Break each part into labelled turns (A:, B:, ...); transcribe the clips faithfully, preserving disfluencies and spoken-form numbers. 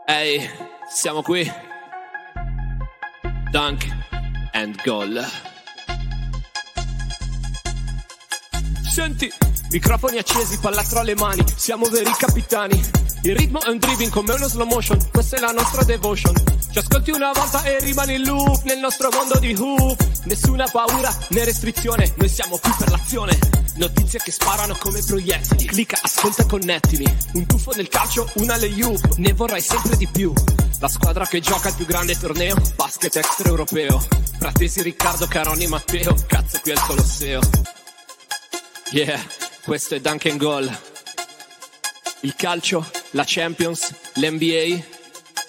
A: Ehi, hey, siamo qui. Dunk and goal. Senti, microfoni accesi, pallavolo alle mani, siamo veri capitani. Il ritmo è un dribbling come uno slow motion, questa è la nostra devotion. Ci ascolti una volta e rimani in loop nel nostro mondo di hoop. Nessuna paura né restrizione, noi siamo qui per l'azione. Notizie che sparano come proiettili, clicca, ascolta e connettimi. Un tuffo nel calcio, una layup, ne vorrai sempre di più. La squadra che gioca il più grande torneo, basket extraeuropeo. Fratesi Riccardo, Caroni, Matteo, cazzo qui è il Colosseo. Yeah, questo è Dunk and Goal. Il calcio, la Champions, l'N B A.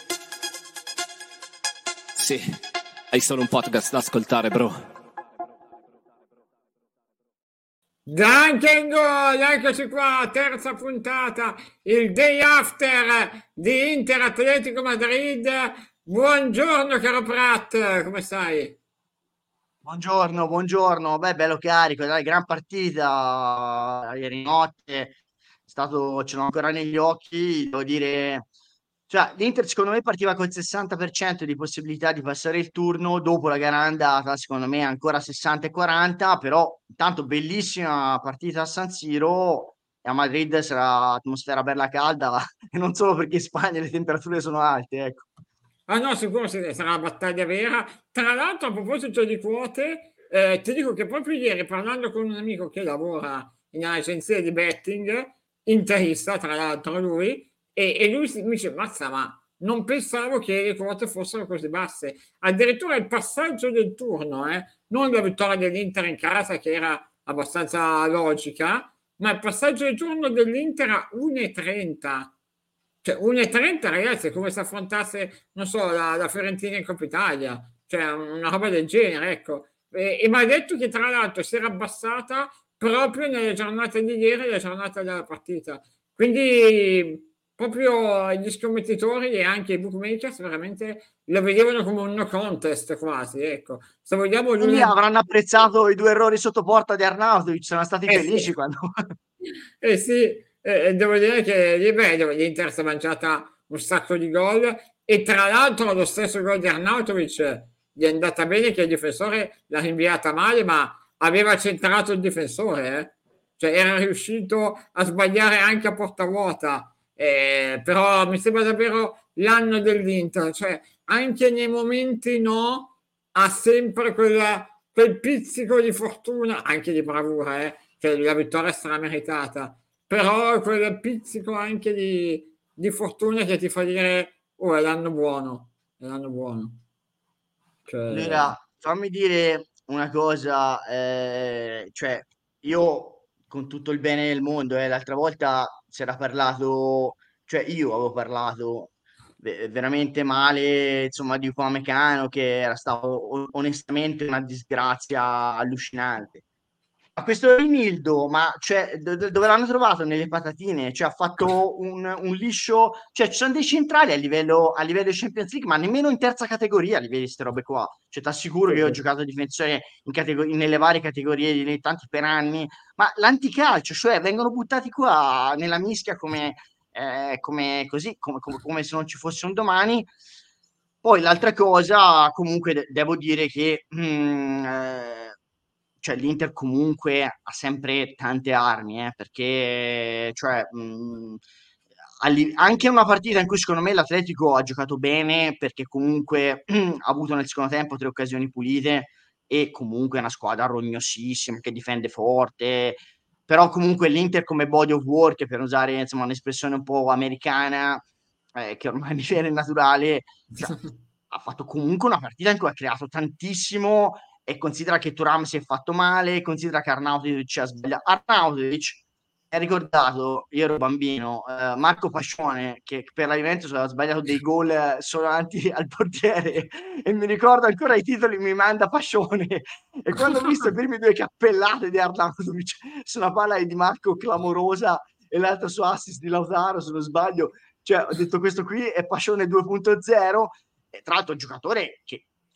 A: Sì, hai solo un podcast da ascoltare, bro.
B: Dunk and Goal, eccoci qua, terza puntata, il day after di Inter Atletico Madrid. Buongiorno caro Prat, come stai?
C: Buongiorno, buongiorno, beh, bello carico, dai, gran partita ieri notte, è stato, ce l'ho ancora negli occhi, devo dire, cioè l'Inter secondo me partiva col sessanta per cento di possibilità di passare il turno, dopo la gara è andata, secondo me ancora sessanta e quaranta, però intanto bellissima partita a San Siro e a Madrid sarà atmosfera bella calda e non solo perché in Spagna le temperature sono alte, ecco.
B: Ah no, sicuro sarà una battaglia vera. Tra l'altro, a proposito di quote, eh, ti dico che proprio ieri, parlando con un amico che lavora in un'agenzia di betting, interista tra l'altro lui, e, e lui si- mi dice, mazza, ma non pensavo che le quote fossero così basse. Addirittura il passaggio del turno, eh, non la vittoria dell'Inter in casa, che era abbastanza logica, ma il passaggio del turno dell'Inter a uno e trenta. Cioè, uno e trenta ragazzi è come se affrontasse, non so, la, la Fiorentina in Coppa Italia, cioè una roba del genere, ecco. E, e mi ha detto che tra l'altro si era abbassata proprio nelle giornate di ieri e la giornata della partita. Quindi proprio gli scommettitori e anche i bookmakers veramente lo vedevano come un no contest quasi, ecco. Se vogliamo
C: Quindi
B: lunedì...
C: avranno apprezzato i due errori sotto porta di Arnautovic, sono stati
B: Eh
C: felici
B: sì.
C: quando...
B: Eh sì, eh, devo dire che lì, beh, devo- l'Inter si è mangiata un sacco di gol e tra l'altro lo stesso gol di Arnautovic gli è andata bene che il difensore l'ha rinviata male, ma aveva centrato il difensore, eh. Cioè era riuscito a sbagliare anche a porta vuota. Eh, però mi sembra davvero l'anno dell'Inter, cioè anche nei momenti no, ha sempre quella- quel pizzico di fortuna, anche di bravura, eh, che la vittoria sarà meritata, però quel pizzico anche di, di fortuna che ti fa dire, oh, è l'anno buono, è l'anno buono. Cioè,
C: Allora, fammi dire una cosa, eh, cioè io con tutto il bene del mondo, eh, l'altra volta si era parlato, cioè io avevo parlato ve- veramente male, insomma, di Upamecano che era stato o- onestamente una disgrazia allucinante. A questo Rinildo, ma cioè, do- do- dove l'hanno trovato? Nelle patatine? Cioè, ha fatto un, un liscio. Cioè, ci sono dei centrali a livello, a livello di Champions League, ma nemmeno in terza categoria li vedi queste robe qua. Cioè, ti assicuro che io ho giocato difensore in categor- nelle varie categorie dilettanti per anni, ma l'anticalcio, cioè, vengono buttati qua nella mischia come, eh, come così, come, come- come se non ci fosse un domani. Poi l'altra cosa, comunque, de- devo dire che mm, eh, cioè, l'Inter comunque ha sempre tante armi, eh, perché cioè, mh, alli- anche una partita in cui secondo me l'Atletico ha giocato bene, perché comunque ha avuto nel secondo tempo tre occasioni pulite e comunque è una squadra rognosissima che difende forte, però comunque l'Inter come body of work, per usare insomma un'espressione un po' americana, eh, che ormai mi viene naturale, cioè, ha fatto comunque una partita in cui ha creato tantissimo e considera che Thuram si è fatto male, considera che Arnautovic ha sbagliato. Arnautovic è ricordato, io ero bambino, eh, Marco Pascione che per la Juventus aveva sbagliato dei gol sonanti al portiere e mi ricordo ancora i titoli, mi manda Pascione e quando ho visto i primi due cappellate di Arnautovic su una palla di Marco clamorosa e l'altra su assist di Lautaro, se non sbaglio, cioè ho detto questo qui è Pascione due punto zero e tra l'altro un giocatore che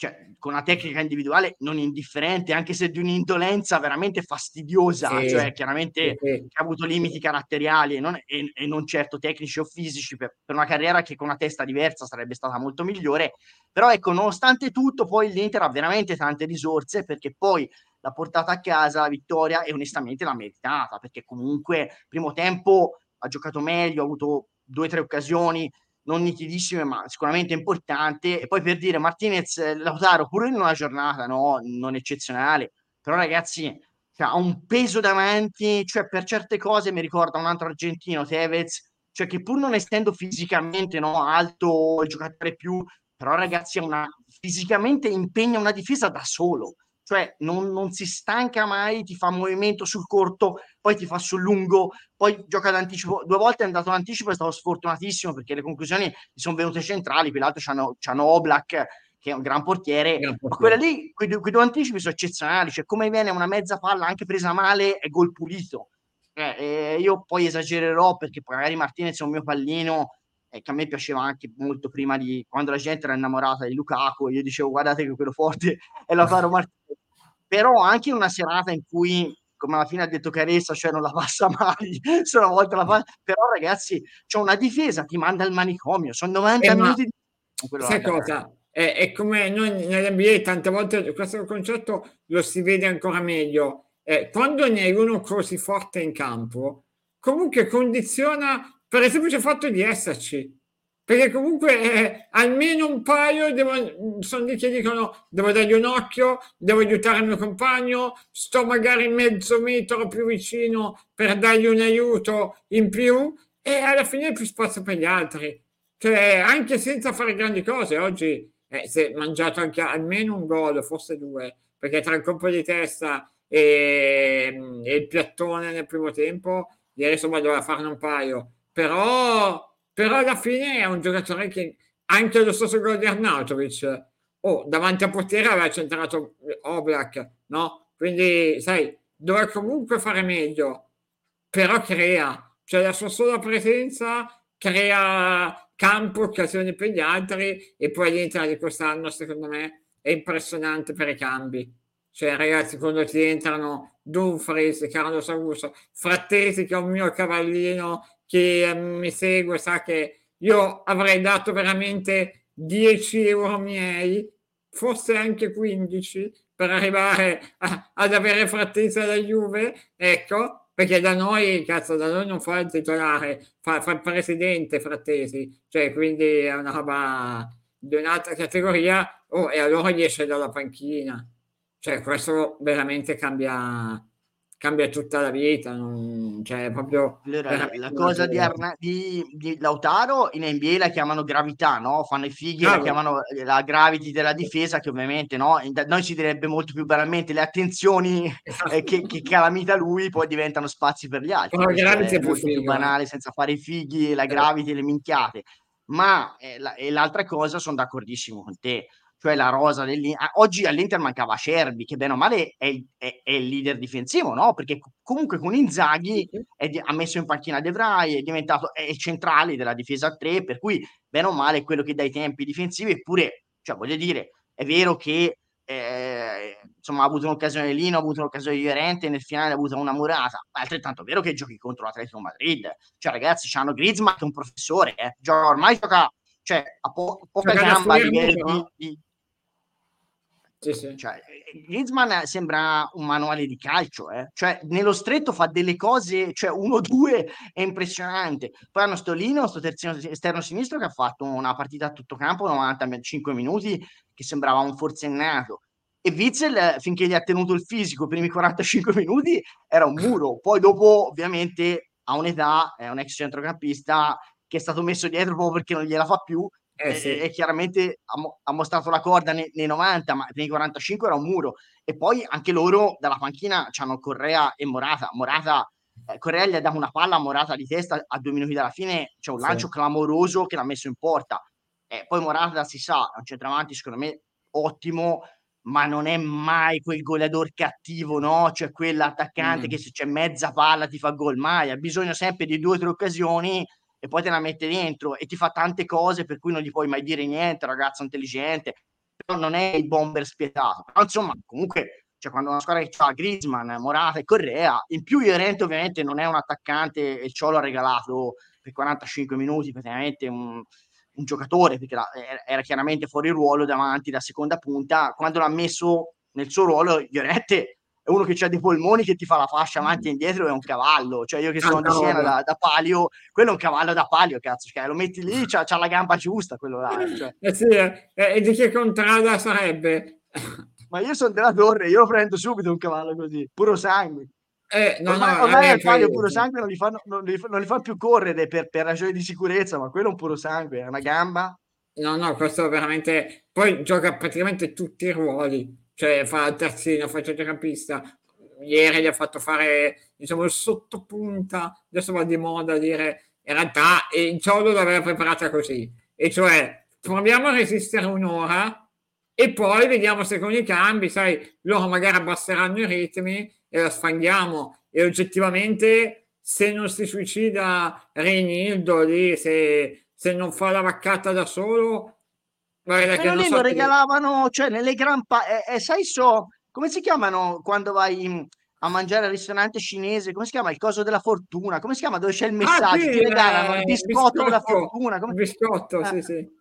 C: cioè, con una tecnica individuale non indifferente, anche se di un'indolenza veramente fastidiosa,
B: Sì,
C: cioè
B: sì,
C: chiaramente
B: sì.
C: che ha avuto limiti caratteriali e non, e, e non certo tecnici o fisici per, per una carriera che con una testa diversa sarebbe stata molto migliore. Però ecco, nonostante tutto, poi l'Inter ha veramente tante risorse, perché poi l'ha portata a casa la vittoria e onestamente l'ha meritata, perché comunque primo tempo ha giocato meglio, ha avuto due o tre occasioni non nitidissime, ma sicuramente importante. E poi per dire, Martinez, eh, Lautaro, pure in una giornata no, non eccezionale, però ragazzi, cioè, ha un peso davanti, cioè per certe cose mi ricorda un altro argentino, Tevez, cioè che pur non essendo fisicamente no, alto il giocatore più, però ragazzi è una, fisicamente impegna una difesa da solo, cioè non, non si stanca mai, ti fa movimento sul corto, poi ti fa sul lungo, poi gioca d'anticipo. Due volte è andato d'anticipo e è stato sfortunatissimo perché le conclusioni gli sono venute centrali, quell'altro c'hanno, c'hanno Oblak che è un gran portiere,
B: Gran
C: ma quella
B: portiere.
C: lì, quei, due- quei due anticipi sono eccezionali, cioè come viene una mezza palla anche presa male è gol pulito. Eh, eh, io poi esagererò perché poi magari Martinez è un mio pallino eh, che a me piaceva anche molto prima di quando la gente era innamorata di Lukaku e io dicevo guardate che quello forte è Lautaro Martinez, però anche in una serata in cui come alla fine ha detto Caressa, cioè non la passa mai, solo una volta la passa, però ragazzi c'è una difesa, ti manda al manicomio, sono
B: Eh,
C: novanta
B: ma
C: minuti di quello là
B: sai
C: da...
B: cosa? È, è come noi nell'N B A tante volte questo concetto lo si vede ancora meglio. Eh, quando ne hai uno così forte in campo, comunque condiziona per il semplice fatto di esserci. Perché comunque eh, almeno un paio devo, sono lì che dicono devo dargli un occhio, devo aiutare il mio compagno, sto magari mezzo metro più vicino per dargli un aiuto in più e alla fine è più spazio per gli altri. Cioè, anche senza fare grandi cose, oggi eh, si è mangiato anche almeno un gol, forse due, perché tra il colpo di testa e, e il piattone nel primo tempo, ieri insomma doveva farne un paio. Però, però alla fine è un giocatore che anche lo stesso gol di Arnautovic, oh, davanti a portiere aveva centrato Oblak, no? Quindi, sai, doveva comunque fare meglio, però crea, cioè la sua sola presenza crea campo, occasioni per gli altri e poi l'Inter di quest'anno secondo me è impressionante per i cambi. Cioè ragazzi quando ti entrano Dumfries, Carlos Augusto, Frattesi che è un mio cavallino che eh, mi segue, sa che io avrei dato veramente dieci euro miei, forse anche quindici, per arrivare a- ad avere Frattesi alla Juve, ecco, perché da noi, cazzo, da noi non fa il titolare, fa, fa il presidente Frattesi, cioè quindi è una roba di un'altra categoria, oh, e allora gli esce dalla panchina. Cioè, questo veramente cambia, cambia tutta la vita, non- cioè, è proprio
C: Allora, la,
B: veramente
C: la
B: una
C: cosa di,
B: gioia.
C: Arna- di, di Lautaro in N B A la chiamano gravità, no? Fanno i fighi e la
B: Bravo.
C: chiamano eh, la gravity della difesa, che ovviamente no? In- da noi si direbbe molto più banalmente le attenzioni eh, che, che calamita lui poi diventano spazi per gli altri.
B: Però
C: Questo
B: Gravity
C: è
B: è più
C: molto più
B: figo, eh.
C: banale senza fare i fighi, la
B: Eh,
C: gravity e le minchiate. Ma eh, la- e l'altra cosa, sono d'accordissimo con te, cioè la rosa dell'Inter. Oggi all'Inter mancava Acerbi, che bene o male è, il- è- è il leader difensivo, no? Perché co- comunque con Inzaghi è di- ha messo in panchina De Vrij, è diventato è il centrale della difesa a tre, per cui bene o male è quello che dà i tempi difensivi, eppure, cioè, voglio dire, è vero che eh, insomma ha avuto un'occasione lì, ha avuto un'occasione di Llorente, nel finale ha avuto una murata, ma è altrettanto vero che giochi contro l'Atletico Madrid, cioè ragazzi, c'hanno Griezmann che è un professore, eh. Gioca- ormai gioca, cioè, a po- poca
B: Gioca da
C: gamba a
B: fermo
C: livello
B: però.
C: di, di
B: Sì, sì.
C: cioè, eh, Griezmann sembra un manuale di calcio, eh. Cioè, nello stretto fa delle cose, cioè uno due è impressionante. Poi hanno Stolino, sto terzino esterno sinistro, che ha fatto una partita a tutto campo, novantacinque minuti, che sembrava un forsennato. E Witzel, eh, finché gli ha tenuto il fisico, i primi quarantacinque minuti, era un muro. Poi dopo, ovviamente, a un'età, è un ex centrocampista che è stato messo dietro proprio perché non gliela fa più,
B: Eh
C: e, e
B: sì.
C: chiaramente ha, mo- ha mostrato la corda nei, nei novanta, ma nei quarantacinque era un muro. E poi anche loro dalla panchina c'hanno Correa e Morata. Morata, eh, Correa gli ha dato una palla a Morata di testa a due minuti dalla fine, c'è un
B: Sì.
C: lancio clamoroso che l'ha messo in porta. Eh, poi Morata si sa, è un centravanti secondo me ottimo, ma non è mai quel goleador cattivo, no? Cioè quell'attaccante che
B: Mm.
C: se c'è mezza palla ti fa gol, mai, ha bisogno sempre di due o tre occasioni e poi te la mette dentro e ti fa tante cose per cui non gli puoi mai dire niente, ragazzo intelligente. non è il bomber spietato, però insomma comunque cioè, quando una squadra che ha Griezmann, Morata e Correa, in più Llorente ovviamente non è un attaccante e il Ciolo ha regalato per quarantacinque minuti praticamente un, un giocatore, perché la, era chiaramente fuori ruolo davanti da seconda punta, quando l'ha messo nel suo ruolo Llorente è uno che ha dei polmoni che ti fa la fascia avanti e indietro, è un cavallo, cioè io che sono di Siena da, da Palio, quello è un cavallo da Palio, cazzo, cioè, lo metti lì, c'ha, c'ha la gamba giusta quello là, cioè.
B: Eh sì, eh, e di che contrada sarebbe?
C: Ma io sono della Torre, io lo prendo subito un cavallo così, puro sangue.
B: Eh, no, no,
C: Ormai, ormai
B: vabbè,
C: al Palio
B: poi,
C: puro sangue non li fanno, non li, non li fanno più correre per, per ragioni di sicurezza, ma quello è un puro sangue, è una gamba.
B: no, no, questo veramente, poi gioca praticamente tutti i ruoli, cioè fa il terzino, fa il centrocampista, ieri gli ha fatto fare, diciamo, il sottopunta, adesso va di moda dire, in realtà il Ciolo l'aveva preparata così, e cioè proviamo a resistere un'ora e poi vediamo se con i cambi, sai, loro magari abbasseranno i ritmi e la sfanghiamo, e oggettivamente se non si suicida Reinildo lì, se, se non fa la vaccata da solo, guarda che
C: Quello
B: non
C: lì
B: so
C: lo
B: se...
C: regalavano, cioè nelle gran pa- eh, eh, sai so, come si chiamano quando vai in- a mangiare al ristorante cinese? Come si chiama il coso della fortuna? Come si chiama dove c'è il
B: Ah sì,
C: messaggio? Ti
B: il,
C: regalano il
B: eh,
C: biscotto della
B: biscotto,
C: fortuna.
B: il
C: Come...
B: biscotto,
C: eh,
B: sì, sì.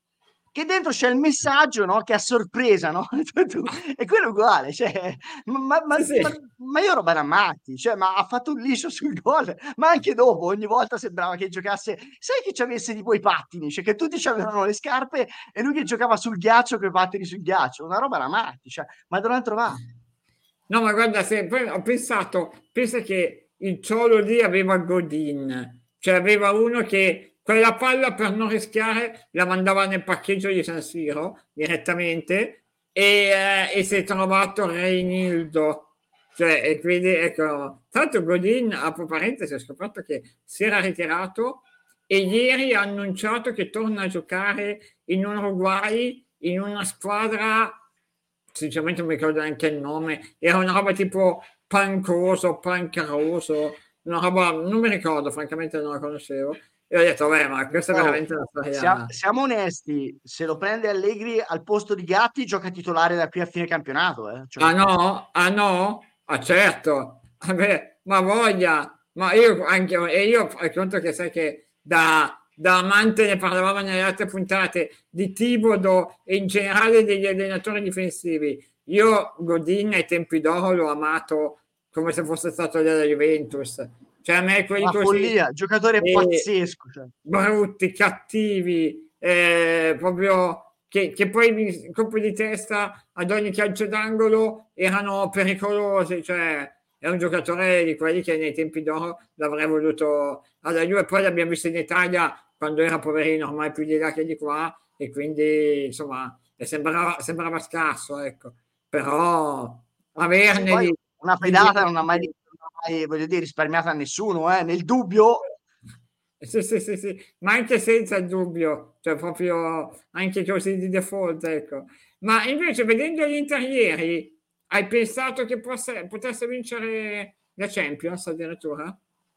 C: che dentro c'è il messaggio, no? Che è a sorpresa, no? Tu- tu- E quello è uguale, cioè, ma, ma,
B: Sì,
C: ma,
B: sì.
C: ma io roba da matti, cioè, ma ha fatto un liscio sul gol, ma anche dopo, ogni volta sembrava che giocasse, sai che ci avesse tipo i pattini, cioè che tutti avevano le scarpe e lui che giocava sul ghiaccio con i pattini sul ghiaccio, una roba da matti, cioè, ma dove l'hanno trovato?
B: No, ma guarda, se poi ho pensato, pensa che il Ciolo lì aveva Godin, cioè aveva uno che quella palla per non rischiare la mandava nel parcheggio di San Siro direttamente e, eh, e si è trovato Reinildo, cioè e quindi ecco, tanto Godin, apro parentesi, ho scoperto che si era ritirato e ieri ha annunciato che torna a giocare in Uruguay in una squadra, sinceramente non mi ricordo neanche il nome, era una roba tipo Pancoso, Pancroso, una roba, non mi ricordo, francamente non la conoscevo. E ho detto, beh, ma questa è
C: Oh,
B: veramente una
C: sia-
B: storia...
C: siamo onesti, se lo prende Allegri al posto di Gatti gioca titolare da qui a fine campionato, eh? Cioè,
B: Ah no? Ah no? Ah certo, vabbè, ma voglia, ma io anche, e io fai conto che sai che da, da amante ne parlavamo nelle altre puntate di Tibodo e in generale degli allenatori difensivi, io Godin ai tempi d'oro l'ho amato come se fosse stato della Juventus, cioè a me quelli
C: una
B: così
C: follia, giocatore
B: eh,
C: pazzesco, cioè.
B: brutti, cattivi, eh, proprio che, che poi in colpo di testa ad ogni calcio d'angolo erano pericolosi, cioè è un giocatore di quelli che nei tempi d'oro l'avrei voluto alla Juve, poi l'abbiamo visto in Italia quando era poverino, ormai più di là che di qua, e quindi insomma sembrava, sembrava scarso, ecco, però
C: Sì,
B: averne
C: poi
B: di,
C: una
B: di
C: pedata non ha mai,
B: buoni.
C: non ha mai, voglio dire, risparmiato a nessuno, eh. Nel dubbio,
B: Sì, sì, sì, sì, ma anche senza il dubbio, cioè proprio anche così di default, ecco. Ma invece vedendo l'Inter ieri, hai pensato che possa- potesse vincere la Champions addirittura?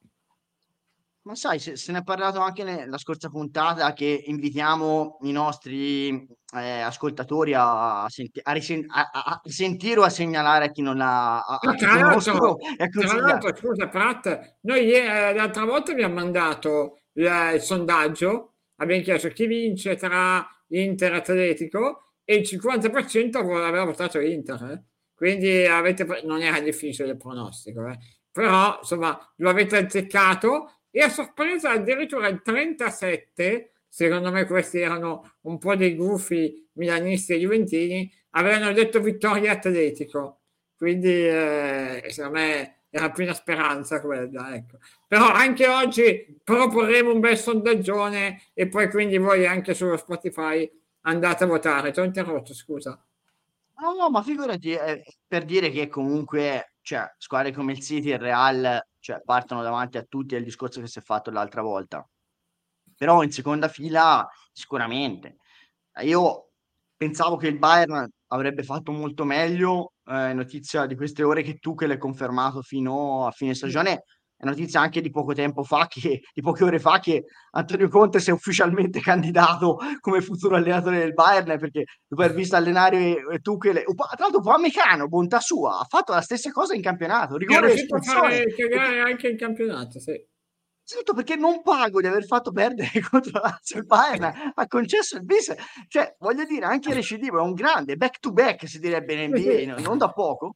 C: ma sai, se, se ne è parlato anche nella scorsa puntata che invitiamo i nostri eh, ascoltatori a, a, senti- a risen- a- a- a sentire o a segnalare a chi non la, a, a
B: Ma
C: chi
B: tra
C: conoscono
B: l'altro,
C: e a
B: tra
C: consigliare.
B: l'altro, scusa Prat, noi eh, l'altra volta abbiamo mandato il, il sondaggio, abbiamo chiesto chi vince tra Inter e Atletico e il cinquanta per cento vo- aveva votato Inter, eh. Quindi avete, pre- non era difficile il pronostico, eh. Però insomma lo avete azzeccato e a sorpresa addirittura il trentasette, secondo me questi erano un po' dei gufi milanisti e juventini, avevano detto vittoria Atletico, quindi eh, secondo me era più una speranza quella, ecco. Però anche oggi proporremo un bel sondaggione e poi quindi voi anche sullo Spotify andate a votare. Ti ho interrotto, scusa.
C: No, no, ma figurati, eh, per dire che comunque, cioè, squadre come il City e il Real, cioè, partono davanti a tutti, è il discorso che si è fatto l'altra volta. Però in seconda fila sicuramente. Io pensavo che il Bayern avrebbe fatto molto meglio, eh, notizia di queste ore che tu che l'hai confermato fino a fine stagione, è notizia anche di poco tempo fa, che, di poche ore fa, che Antonio Conte si è ufficialmente candidato come futuro allenatore del Bayern, perché dopo aver visto allenare Tuchel, tra l'altro Upamecano, bontà sua, ha fatto la stessa cosa in campionato,
B: È
C: rigore e
B: riuscito a
C: espulsione.
B: fare cagare anche in campionato, sì.
C: Soprattutto perché non pago di aver fatto perdere contro la Lazio. Il Bayern ha concesso il bis, cioè voglio dire, anche il recidivo è un grande back to back, si direbbe in
B: Sì,
C: N B A, no-
B: sì.
C: non da poco,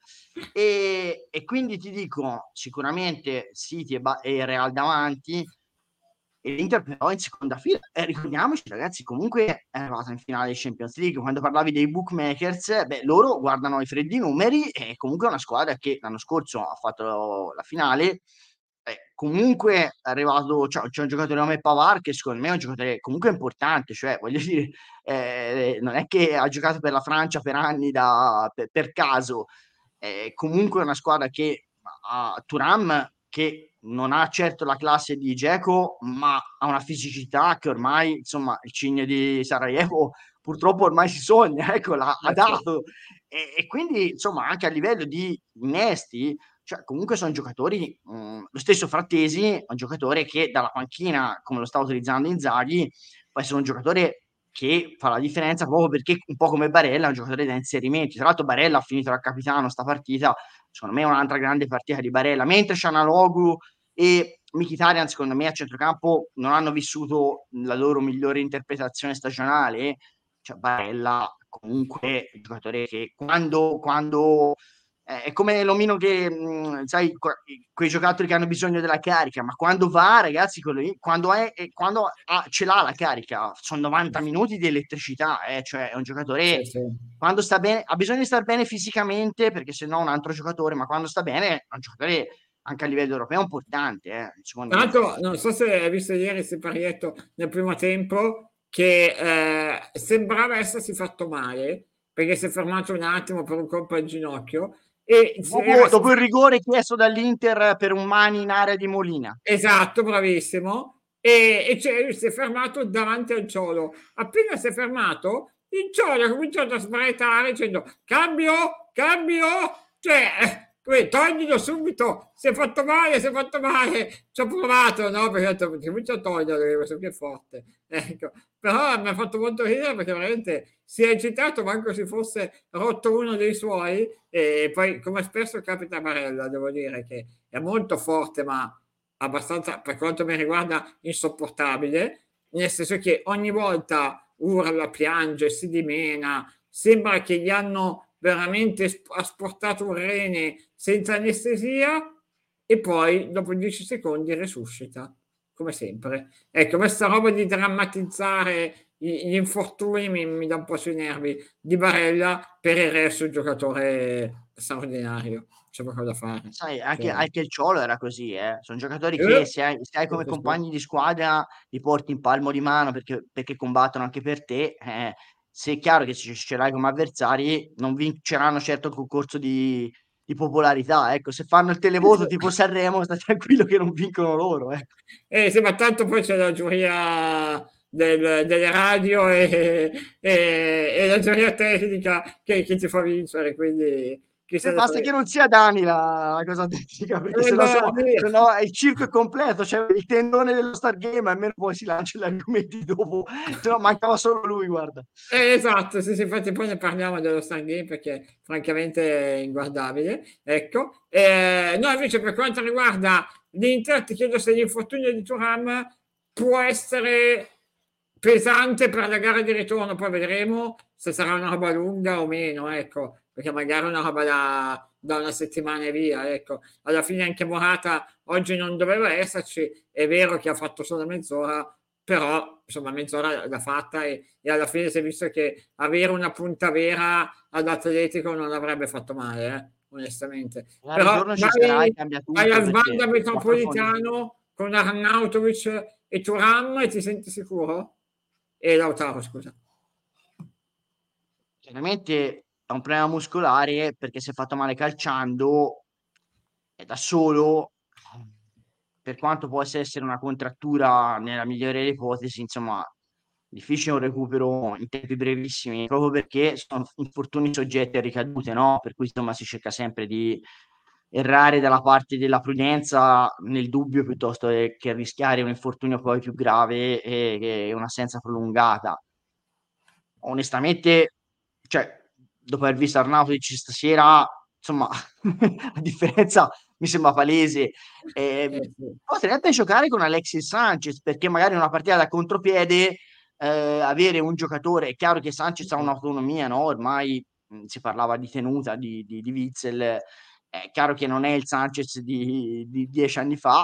C: e, e quindi ti dico sicuramente City e, Ba- e Real davanti, e l'Inter però in seconda fila. E ricordiamoci ragazzi, comunque è arrivata in finale di Champions League. Quando parlavi dei bookmakers, beh, loro guardano i freddi numeri, e comunque è una squadra che l'anno scorso ha fatto la finale. Eh, comunque è arrivato, cioè, c'è un giocatore come Pavard che secondo me è un giocatore comunque importante, cioè voglio dire, eh, non è che ha giocato per la Francia per anni da, per, per caso. Eh, comunque è una squadra che ha Thuram, che non ha certo la classe di Dzeko, ma ha una fisicità che ormai, insomma, il Cigno di Sarajevo purtroppo ormai si sogna, ecco, l'ha ha
B: Eh, sì.
C: dato. E, e quindi, insomma, anche a livello di innesti, cioè, comunque sono giocatori, mh, lo stesso Frattesi è un giocatore che dalla panchina, come lo sta utilizzando Inzaghi, può essere un giocatore che fa la differenza, proprio perché un po' come Barella è un giocatore da inserimenti. Tra l'altro Barella ha finito da capitano sta partita, secondo me è un'altra grande partita di Barella, mentre Shanaloglu e Mkhitaryan secondo me a centrocampo non hanno vissuto la loro migliore interpretazione stagionale. Cioè Barella comunque è un giocatore che quando, quando eh, è come l'omino che, mh, sai, que- quei giocatori che hanno bisogno della carica, ma quando va, ragazzi, quello lì, quando, è, è- quando ha- ce l'ha la carica, sono novanta minuti di elettricità, eh, cioè è un
B: Sì,
C: giocatore,
B: sì.
C: quando sta bene, ha bisogno di stare bene fisicamente, perché se no è un altro giocatore, ma quando sta bene è un giocatore anche a livello europeo importante, eh, secondo
B: Tra
C: me.
B: l'altro, non so se hai visto ieri Siparietto nel primo tempo, che eh, sembrava essersi fatto male, perché si è fermato un attimo per un colpo al ginocchio, e si era
C: Dopo, dopo il rigore chiesto dall'Inter per un mani in area di Molina.
B: esatto, bravissimo. E, e cioè, lui si è fermato davanti al Ciolo. Appena si è fermato, il Ciolo ha cominciato a sbraitare dicendo cambio, cambio, cioè, eh, que- toglilo subito, si è fatto male, si è fatto male. Ci ho provato, no? Perché ho detto, comincia a toglierlo, questo qui è forte. Ecco. Però mi ha fatto molto ridere perché veramente si è agitato, manco si fosse rotto uno dei suoi. E poi, come spesso capita a Barella, devo dire che è molto forte, ma abbastanza, per quanto mi riguarda, insopportabile, nel senso che ogni volta urla, piange, si dimena, sembra che gli hanno veramente sp- asportato un rene senza anestesia e poi dopo dieci secondi resuscita, come sempre. Ecco, questa roba di drammatizzare gli, gli infortuni mi, mi dà un po' sui nervi di Barella, per il resto è un giocatore straordinario, c'è poco da fare.
C: Sai, anche,
B: Cioè,
C: anche il Ciolo era così, eh. Sono giocatori che
B: eh,
C: se hai, se hai
B: sì,
C: come
B: sì, sì.
C: compagni di squadra li porti in palmo di mano perché, perché combattono anche per te. Eh, se è chiaro che se ce l'hai come avversari non vinceranno certo il concorso di, di popolarità. Ecco, se fanno il televoto tipo Sanremo, sta tranquillo che non vincono loro. Ecco.
B: Eh, sì, ma tanto poi c'è la giuria del- delle radio e, e- e la giuria tecnica che, che ti fa vincere, quindi chi se
C: E
B: ne
C: basta che
B: frega.
C: non sia Dani la, la cosa tecnica, perché
B: Eh,
C: sennò,
B: beh,
C: siamo,
B: lì-
C: sennò il circo è completo, c'è il tendone dello Stargame, almeno poi si lancia gli argomenti dopo, sennò mancava solo lui, guarda.
B: eh, esatto, sì, sì, infatti poi ne parliamo dello Stand Game perché francamente è inguardabile. Ecco. Eh, no, invece per quanto riguarda l'Inter, ti chiedo se l'infortunio di Thuram può essere pesante per la gara di ritorno, poi vedremo se sarà una roba lunga o meno, ecco, perché magari una roba da, da una settimana e via, ecco. Alla fine anche Morata oggi non doveva esserci, è vero che ha fatto solo mezz'ora, però insomma mezz'ora l'ha fatta e, e alla fine si è visto che avere una punta vera all'Atletico non avrebbe fatto male, eh, onestamente.
C: Al
B: Però
C: ritorno ci sarà e
B: vai,
C: cambia
B: vai
C: tutto
B: a Sbanda
C: perché quattro fondi.
B: Metropolitano con Arnautovic e Thuram e ti senti sicuro? E Lautaro, scusa.
C: Chiaramente ha un problema muscolare perché si è fatto male calciando e da solo, per quanto possa essere una contrattura nella migliore delle ipotesi, insomma, difficile un recupero in tempi brevissimi, proprio perché sono infortuni soggetti a ricadute, no? Per cui insomma si cerca sempre di, errare dalla parte della prudenza nel dubbio piuttosto che rischiare un infortunio poi più grave e, e un'assenza prolungata. Onestamente, cioè, dopo aver visto Arnautovic stasera, insomma, la differenza mi sembra palese. Eh,
B: Eh, sì.
C: potrebbe giocare con Alexis Sanchez, perché magari in una partita da contropiede eh, avere un giocatore, è chiaro che Sanchez ha un'autonomia, no? Ormai mh, si parlava di tenuta di, di, di Witsel, è chiaro che non è il Sanchez di, di dieci anni fa,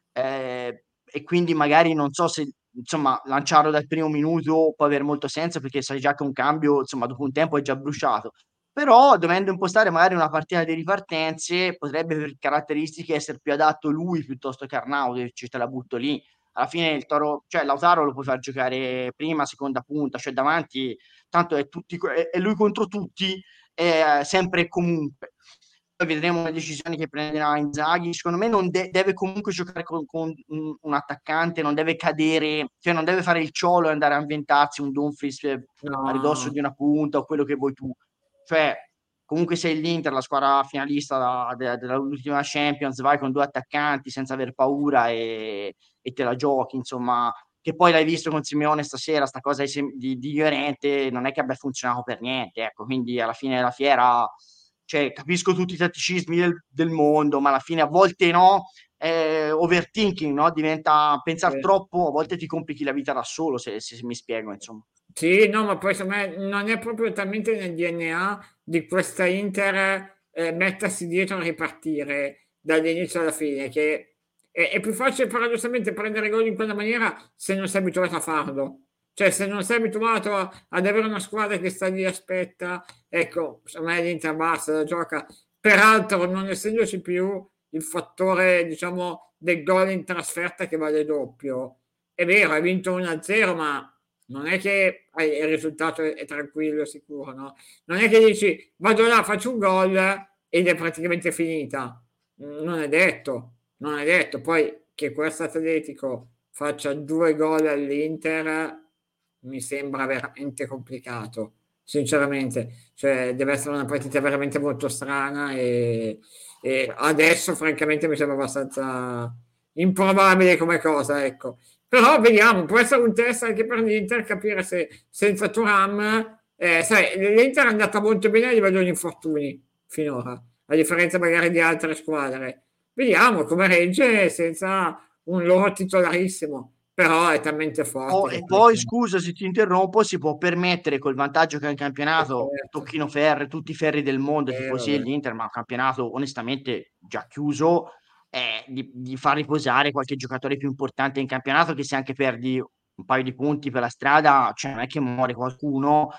C: eh, e quindi magari non so se insomma lanciarlo dal primo minuto può avere molto senso perché sai già che un cambio insomma dopo un tempo è già bruciato, però dovendo impostare magari una partita di ripartenze potrebbe per caratteristiche essere più adatto lui piuttosto che Arnautovic, te la butto lì. Alla fine il Toro, cioè Lautaro lo puoi far giocare prima, seconda punta, cioè davanti tanto è, tutti, è, è lui contro tutti, è sempre e comunque. Poi vedremo le decisioni che prenderà Inzaghi. Secondo me non de- deve comunque giocare con, con un, un attaccante, non deve cadere, cioè non deve fare il ciolo e andare a inventarsi un Dumfries eh, a ridosso
B: No,
C: di una punta o quello che vuoi tu. Cioè, comunque sei l'Inter, la squadra finalista da- de- dell'ultima Champions, vai con due attaccanti senza aver paura e, e te la giochi, insomma. Che poi l'hai visto con Simeone stasera, sta cosa di, di, di Llorente non è che abbia funzionato per niente, ecco, quindi alla fine della fiera cioè, capisco tutti i tatticismi del, del mondo, ma alla fine a volte no, eh, overthinking, no? Diventa pensare
B: eh,
C: troppo, a volte ti complichi la vita da solo, se, se mi spiego, insomma.
B: sì, no, ma poi secondo me non è proprio talmente nel D N A di questa Inter eh, mettersi dietro a ripartire dall'inizio alla fine, che è, è più facile paradossalmente prendere gol in quella maniera se non sei abituato a farlo. Cioè, se non sei abituato a- ad avere una squadra che sta lì e aspetta, ecco, secondo me l'Inter basta, la gioca. Peraltro, non essendoci più il fattore, diciamo, del gol in trasferta che vale doppio. È vero, hai vinto uno a zero, ma non è che hai- il risultato è, è tranquillo, sicuro, no? Non è che dici vado là, faccio un gol ed è praticamente finita. Mm, Non è detto, non è detto. Poi che questo Atletico faccia due gol all'Inter mi sembra veramente complicato, sinceramente. Cioè, deve essere una partita veramente molto strana e, e adesso, francamente, mi sembra abbastanza improbabile come cosa, ecco. Però vediamo, può essere un test anche per l'Inter capire se senza Thuram, eh, sai, l'Inter è andata molto bene a livello di infortuni finora, a differenza magari di altre squadre. Vediamo come regge senza un loro titolarissimo, però è talmente forte
C: Oh,
B: che
C: e
B: poi...
C: poi, scusa se ti interrompo, si può permettere col vantaggio che ha in campionato,
B: Certo,
C: tocchino ferri, tutti i ferri del mondo,
B: eh,
C: tifosi
B: vabbè.
C: dell'Inter, ma un campionato onestamente già chiuso, eh, di, di far riposare qualche giocatore più importante in campionato, che se anche perdi un paio di punti per la strada, cioè non è che muore qualcuno,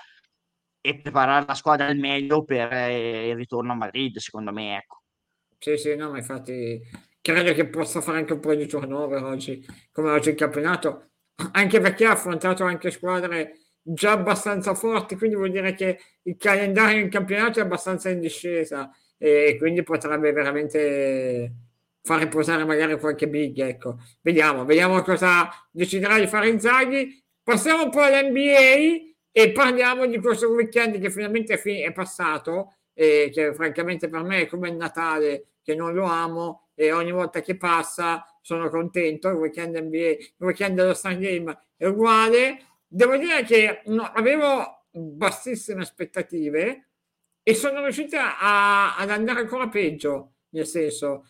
C: e preparare la squadra al meglio per eh, il ritorno a Madrid, secondo me, ecco.
B: Sì, sì, no, ma infatti credo che possa fare anche un po' di turnover oggi, come oggi il campionato, anche perché ha affrontato anche squadre già abbastanza forti, quindi vuol dire che il calendario in campionato è abbastanza in discesa e quindi potrebbe veramente far riposare magari qualche big, ecco. Vediamo, vediamo cosa deciderà di fare Inzaghi. Passiamo un po' all'N B A e parliamo di questo weekend che finalmente è, fi- è passato e che francamente per me è come il Natale che non lo amo e ogni volta che passa sono contento. Il weekend N B A, il weekend dello Star Game è uguale. Devo dire che no, avevo bassissime aspettative e sono riuscita a- ad andare ancora peggio, nel senso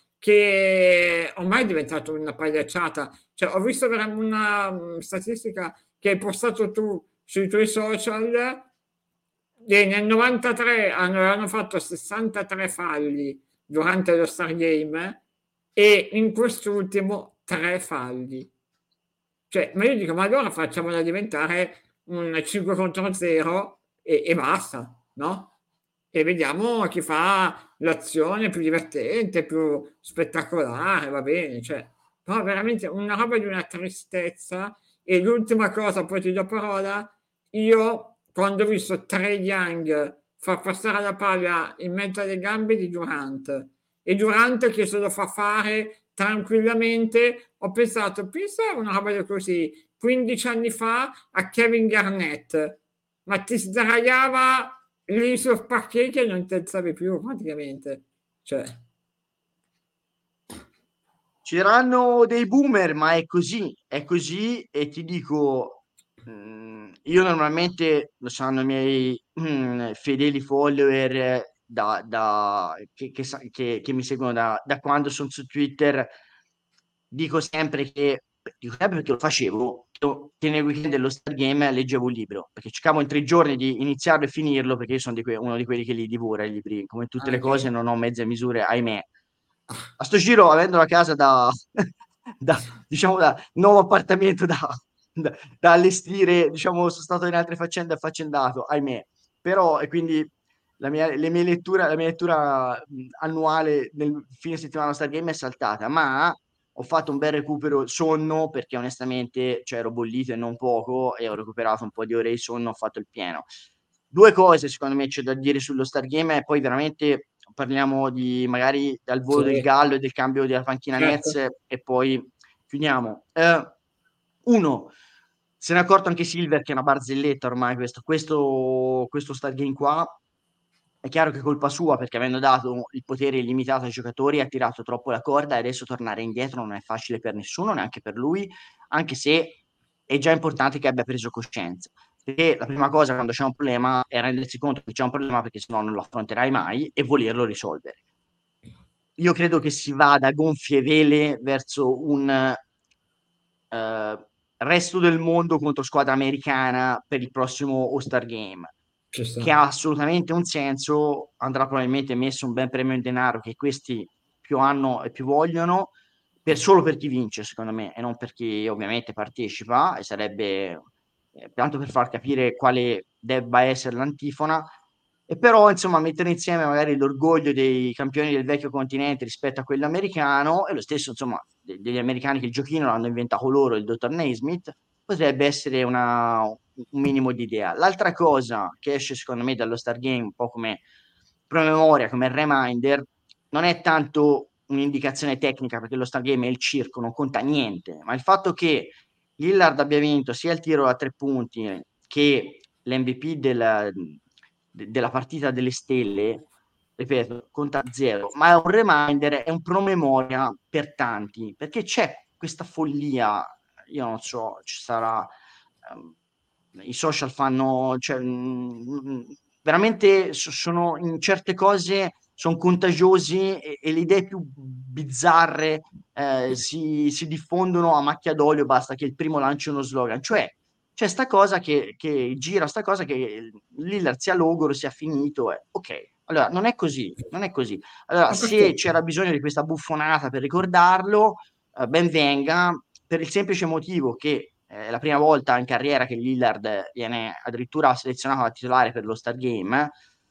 B: che ormai è diventato una pagliacciata. Cioè, ho visto vera- una mm, statistica che hai postato tu sui tuoi social e nel novantatré hanno, hanno fatto sessantatré falli durante lo Star Game e in quest'ultimo tre falli. Cioè, ma io dico, ma allora facciamola diventare un cinque contro zero e, e basta, no? E vediamo chi fa l'azione più divertente, più spettacolare, va bene, cioè, però veramente una roba di una tristezza. E l'ultima cosa, poi ti do parola, io quando ho visto Trae Young far passare la palla in mezzo alle gambe di Durant e Durant che se lo fa fare tranquillamente, ho pensato, pensa a una roba così, quindici anni fa a Kevin Garnett, ma ti sdraiava lì sul parquet che non ti alzavi più praticamente. Cioè,
C: C'erano dei boomer, ma è così, è così e ti dico, mm, io normalmente, lo sanno i miei mm, fedeli follower eh, da, da- che, che sa- che- che mi seguono da, da quando sono su Twitter, dico sempre che, dico sempre perché lo facevo, io che nel weekend dello Star Game leggevo un libro, perché cercavo in tre giorni di iniziarlo e finirlo, perché io sono di que- uno di quelli che li divora i libri, come tutte
B: Ah,
C: le cose
B: ok.
C: non ho mezze misure, ahimè. A sto giro, avendo la casa da, da, diciamo, da nuovo appartamento da, da, da allestire, diciamo, sono stato in altre faccende affaccendato, ahimè. Però, e quindi la mia, le mie lettura, la mia lettura mh, annuale nel fine settimana Star Game è saltata, ma ho fatto un bel recupero sonno perché onestamente cioè, ero bollito e non poco e ho recuperato un po' di ore di sonno, ho fatto il pieno. Due cose secondo me c'è da dire sullo Star Game e poi veramente parliamo di magari dal volo del
B: Sì,
C: Gallo e del cambio della panchina Nets
B: certo.
C: e poi chiudiamo. Eh, uno, se ne è accorto anche Silver che è una barzelletta ormai questo, questo, questo Star Game qua. È chiaro che è colpa sua perché avendo dato il potere illimitato ai giocatori ha tirato troppo la corda e adesso tornare indietro non è facile per nessuno, neanche per lui, anche se è già importante che abbia preso coscienza. Perché la prima cosa quando c'è un problema è rendersi conto che c'è un problema perché sennò non lo affronterai mai e volerlo risolvere. Io credo che si vada a gonfie vele verso un eh, resto del mondo contro squadra americana per il prossimo All-Star Game,
B: Ci sta.
C: che ha assolutamente un senso, andrà probabilmente messo un bel premio in denaro che questi più hanno e più vogliono, per, solo per chi vince, secondo me, e non per chi ovviamente partecipa, e sarebbe eh, tanto per far capire quale debba essere l'antifona, e però insomma mettere insieme magari l'orgoglio dei campioni del vecchio continente rispetto a quello americano e lo stesso insomma de- degli americani che il giochino l'hanno inventato loro, il dottor Naismith, potrebbe essere una, un minimo di idea. L'altra cosa che esce secondo me dallo Star Game, un po' come promemoria, come reminder, non è tanto un'indicazione tecnica perché lo Star Game è il circo, non conta niente, ma il fatto che Lillard abbia vinto sia il tiro a tre punti che l'M V P della, de- della partita delle stelle, ripeto, conta zero, ma è un reminder, è un promemoria per tanti, perché c'è questa follia, io non so, ci sarà, ehm, i social fanno, cioè, mh, veramente so- sono in certe cose, sono contagiosi e, e le idee più bizzarre eh, si, si diffondono a macchia d'olio, basta che il primo lanci uno slogan, cioè c'è sta cosa che, che gira, sta cosa che Lillard sia logoro, sia finito, eh. Ok, allora non è così, non è così. Allora,
B: Ma
C: se
B: perfetto.
C: c'era bisogno di questa buffonata per ricordarlo, eh, ben venga, per il semplice motivo che eh, è la prima volta in carriera che Lillard viene addirittura selezionato a titolare per lo Star Game,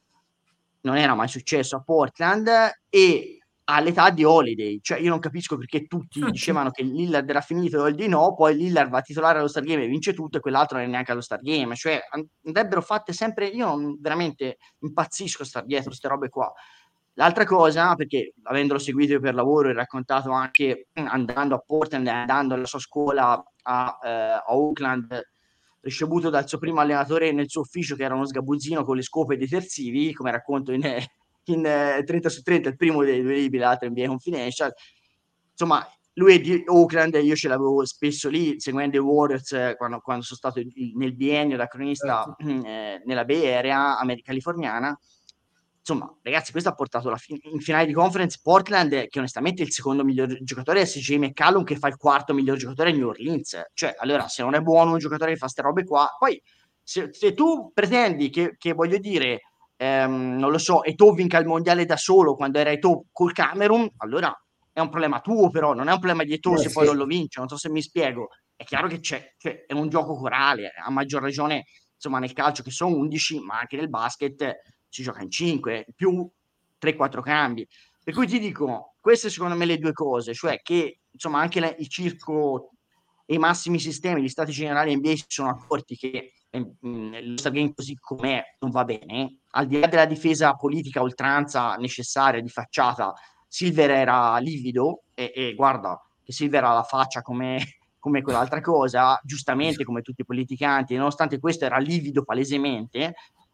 C: non era mai successo a Portland e all'età di Holiday, cioè io non capisco perché tutti
B: Infatti,
C: dicevano che Lillard era finito e Holiday no, poi Lillard va a titolare allo Star Game e vince tutto e quell'altro non è neanche allo Star Game, cioè andrebbero fatte sempre, io non, veramente impazzisco star dietro queste robe qua. L'altra cosa, perché avendolo seguito io per lavoro e raccontato anche andando a Portland e andando alla sua scuola a, eh, a Oakland, ricevuto dal suo primo allenatore nel suo ufficio che era uno sgabuzzino con le scope detersivi, come racconto in, in eh, trenta su trenta, il primo dei due libri, l'altro in N B A Confidential. Insomma, lui è di Oakland, io ce l'avevo spesso lì, seguendo i Warriors eh, quando, quando sono stato nel biennio da cronista
B: certo.
C: eh, nella Bay Area america californiana. Insomma, ragazzi, questo ha portato la fi- in finale di conference Portland, che onestamente è il secondo miglior giocatore è S J McCallum, che fa il quarto miglior giocatore a New Orleans. Cioè, allora, se non è buono un giocatore che fa queste robe qua, poi se, se tu pretendi che, che voglio dire, ehm, non lo so, Eto'o vinca il mondiale da solo quando era Eto'o col Camerun, allora è un problema tuo, però non è un problema di Eto'o
B: Eh,
C: se poi non
B: sì.
C: lo vince. Non so se mi spiego. È chiaro che c'è, cioè, è un gioco corale, a maggior ragione, insomma, nel calcio che sono undici, ma anche nel basket si gioca in cinque, più tre quattro cambi. Per cui ti dico, queste secondo me le due cose, cioè che insomma anche la- il circo e i massimi sistemi, gli stati generali N B A si sono accorti che eh, mh, lo Star Game così com'è non va bene, al di là della difesa politica a oltranza necessaria di facciata, Silver era livido e, e guarda che Silver ha la faccia come, come quell'altra cosa, giustamente come tutti i politicanti, nonostante questo era livido palesemente,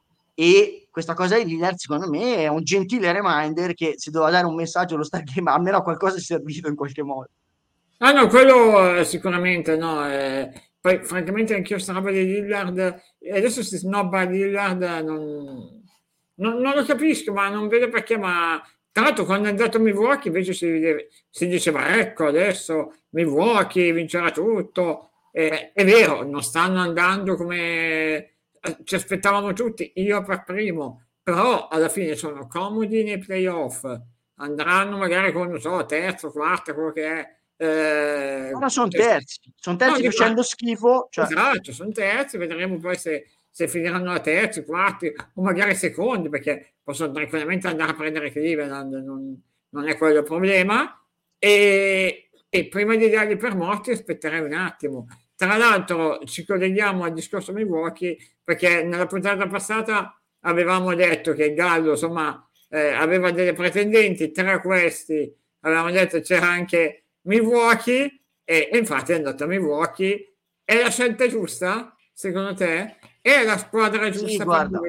C: e questa cosa di Lillard, secondo me, è un gentile reminder che se doveva dare un messaggio allo Star Game, almeno a qualcosa è servito in qualche modo.
B: Ah no, quello eh, sicuramente no. eh, Poi francamente anch'io sta roba di Lillard, e adesso si snobba Lillard, non, non- non lo capisco, ma non vedo perché, ma tra l'altro quando è andato a Milwaukee invece si, si diceva ecco adesso Milwaukee vincerà tutto. Eh, è vero, non stanno andando come eh, ci aspettavamo tutti, io per primo, però alla fine sono comodi nei playoff, andranno magari con, non so, terzo, quarto, quello che è. Eh,
C: Ora sono
B: cioè, se-
C: terzi, sono
B: no,
C: terzi
B: dico, ma-
C: facendo schifo, cioè
B: esatto, sono terzi, vedremo poi se, se finiranno a terzi, quarti o magari secondi, perché possono tranquillamente andare a prendere Cleveland, non, non è quello il problema. E, e prima di darli per morti aspetterei un attimo. Tra l'altro ci colleghiamo al discorso Milwaukee, perché nella puntata passata avevamo detto che il Gallo, insomma, eh, aveva delle pretendenti, tra questi avevamo detto c'era anche Milwaukee e, e infatti è andato a Milwaukee. È la scelta giusta, secondo te? È la squadra
C: sì,
B: giusta per
C: guarda,
B: lui?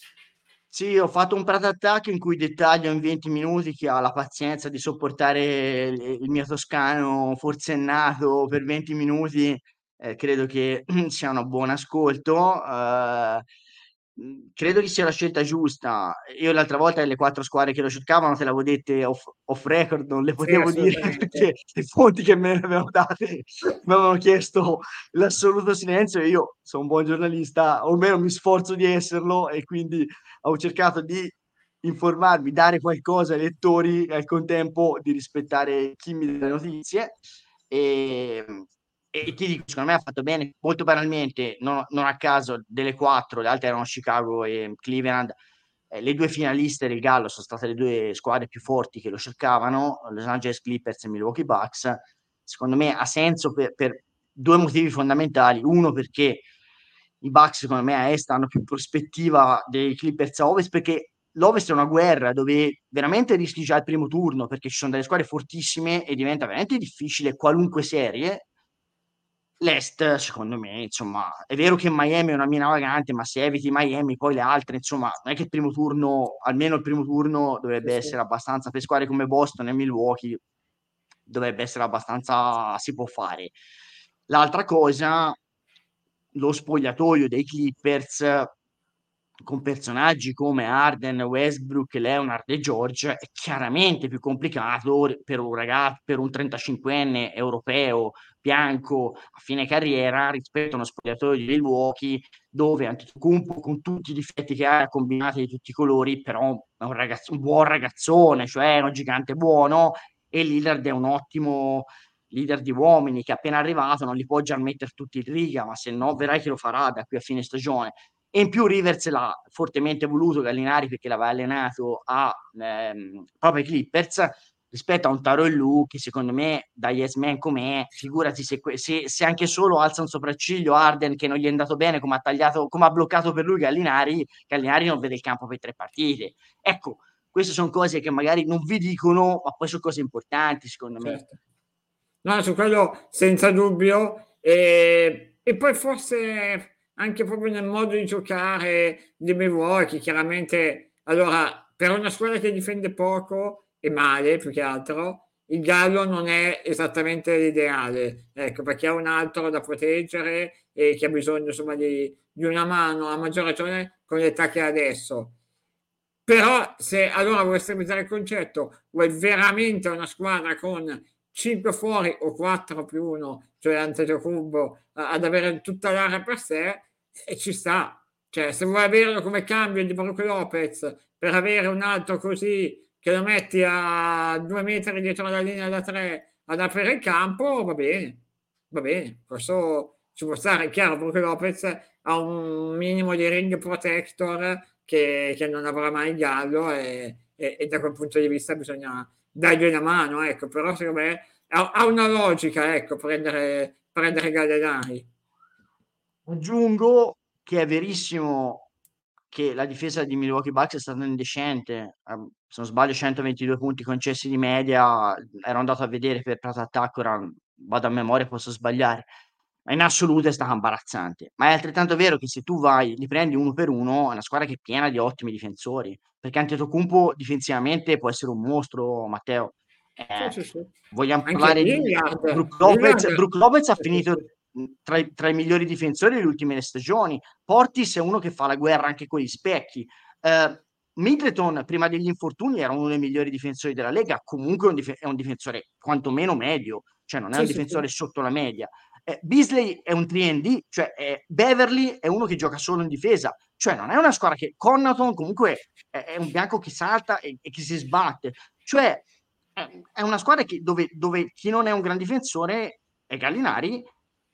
C: sì, ho fatto un prato attacco in cui dettaglio in venti minuti chi ha la pazienza di sopportare il, il mio toscano forsennato per venti minuti, eh, credo che sia un buon ascolto. eh, mh, credo che sia la scelta giusta. Io l'altra volta le quattro squadre che lo cercavano te le avevo dette off, off record, non le
B: Sì,
C: potevo dire perché
B: assolutamente.
C: le fonti che me ne avevano date mi avevano chiesto l'assoluto silenzio e io sono un buon giornalista, o almeno mi sforzo di esserlo e quindi ho cercato di informarmi, dare qualcosa ai lettori e al contempo di rispettare chi mi dà le notizie. E, e ti dico, secondo me ha fatto bene, molto banalmente, non, non a caso delle quattro, le altre erano Chicago e Cleveland, eh, le due finaliste del Gallo sono state le due squadre più forti che lo cercavano, Los Angeles Clippers e Milwaukee Bucks. Secondo me ha senso per, per due motivi fondamentali. Uno, perché i Bucks, secondo me, a est hanno più prospettiva dei Clippers a ovest, perché l'ovest è una guerra dove veramente rischi già il primo turno, perché ci sono delle squadre fortissime e diventa veramente difficile qualunque serie. L'Est, secondo me, insomma, è vero che Miami è una mina vagante, ma se eviti Miami, poi le altre, insomma, non è che il primo turno, almeno il primo turno,
B: Sì,
C: dovrebbe
B: sì.
C: essere abbastanza per squadre come Boston e Milwaukee, dovrebbe essere abbastanza, si può fare. L'altra cosa, lo spogliatoio dei Clippers con personaggi come Arden, Westbrook, Leonard e George è chiaramente più complicato per un ragazzo, per un trentacinquenne europeo bianco a fine carriera rispetto a uno spogliatoio di Milwaukee dove Antetokounmpo con tutti i difetti che ha combinati di tutti i colori però è un, ragazzo, un buon ragazzone, cioè è un gigante buono e Lillard è un ottimo leader di uomini che appena arrivato non li può già mettere tutti in riga, ma se no vedrai che lo farà da qui a fine stagione. E in più Rivers l'ha fortemente voluto Gallinari perché l'aveva allenato a, ehm, proprio ai Clippers rispetto a un Taro e Lu che secondo me da yes man com'è, figurati se, se, se anche solo alza un sopracciglio Arden che non gli è andato bene come ha tagliato, come ha bloccato per lui Gallinari, Gallinari non vede il campo per tre partite. Ecco, queste sono cose che magari non vi dicono, ma poi sono cose importanti secondo me.
B: Certo. No, su quello senza dubbio. E, e poi forse anche proprio nel modo di giocare di Milwaukee, chiaramente, allora, per una squadra che difende poco e male, più che altro, il Gallo non è esattamente l'ideale, ecco, perché ha un altro da proteggere e che ha bisogno, insomma, di, di una mano, a maggior ragione con l'età che ha adesso. Però se allora volesse estremizzare il concetto, vuoi veramente una squadra con cinque fuori o quattro più uno, cioè Antetokounmpo, a- ad avere tutta l'area per sé, e ci sta. Cioè, se vuoi averlo come cambio di Brook Lopez per avere un altro così che lo metti a due metri dietro la linea da tre ad aprire il campo, va bene, va bene, questo ci può stare. È chiaro, Brook Lopez ha un minimo di ring protector che, che non avrà mai il Gallo e, e- e da quel punto di vista bisogna dargli una mano, ecco, però secondo me ha, ha una logica, ecco, prendere, prendere Gallinari.
C: Aggiungo che è verissimo che la difesa di Milwaukee Bucks è stata indecente. Eh, Se non sbaglio, centoventidue punti concessi di media. Ero andato a vedere per prato attacco, ora vado a memoria, posso sbagliare. Ma in assoluto è stata imbarazzante. Ma è altrettanto vero che se tu vai, li prendi uno per uno, è una squadra che è piena di ottimi difensori. Perché Antetokounmpo difensivamente può essere un mostro, Matteo. Eh,
B: sì, sì, sì.
C: vogliamo
B: Anche
C: parlare di
B: Lillard,
C: Brook Lopez?
B: Lillard,
C: Brook Lopez ha
B: sì, sì,
C: finito
B: sì.
C: tra i, tra i migliori difensori delle ultime stagioni. Portis è uno che fa la guerra anche con gli specchi. Eh, Middleton, prima degli infortuni, era uno dei migliori difensori della Lega. Comunque è un, dif- è un difensore quantomeno medio, cioè non è un
B: Sì, sì,
C: difensore
B: sì.
C: sotto la media. Eh, Beasley è un tre and D, cioè eh, Beverly è uno che gioca solo in difesa, cioè non è una squadra che Connaughton comunque è, è un bianco che salta e, e che si sbatte, cioè è, è una squadra che, dove, dove chi non è un gran difensore è Gallinari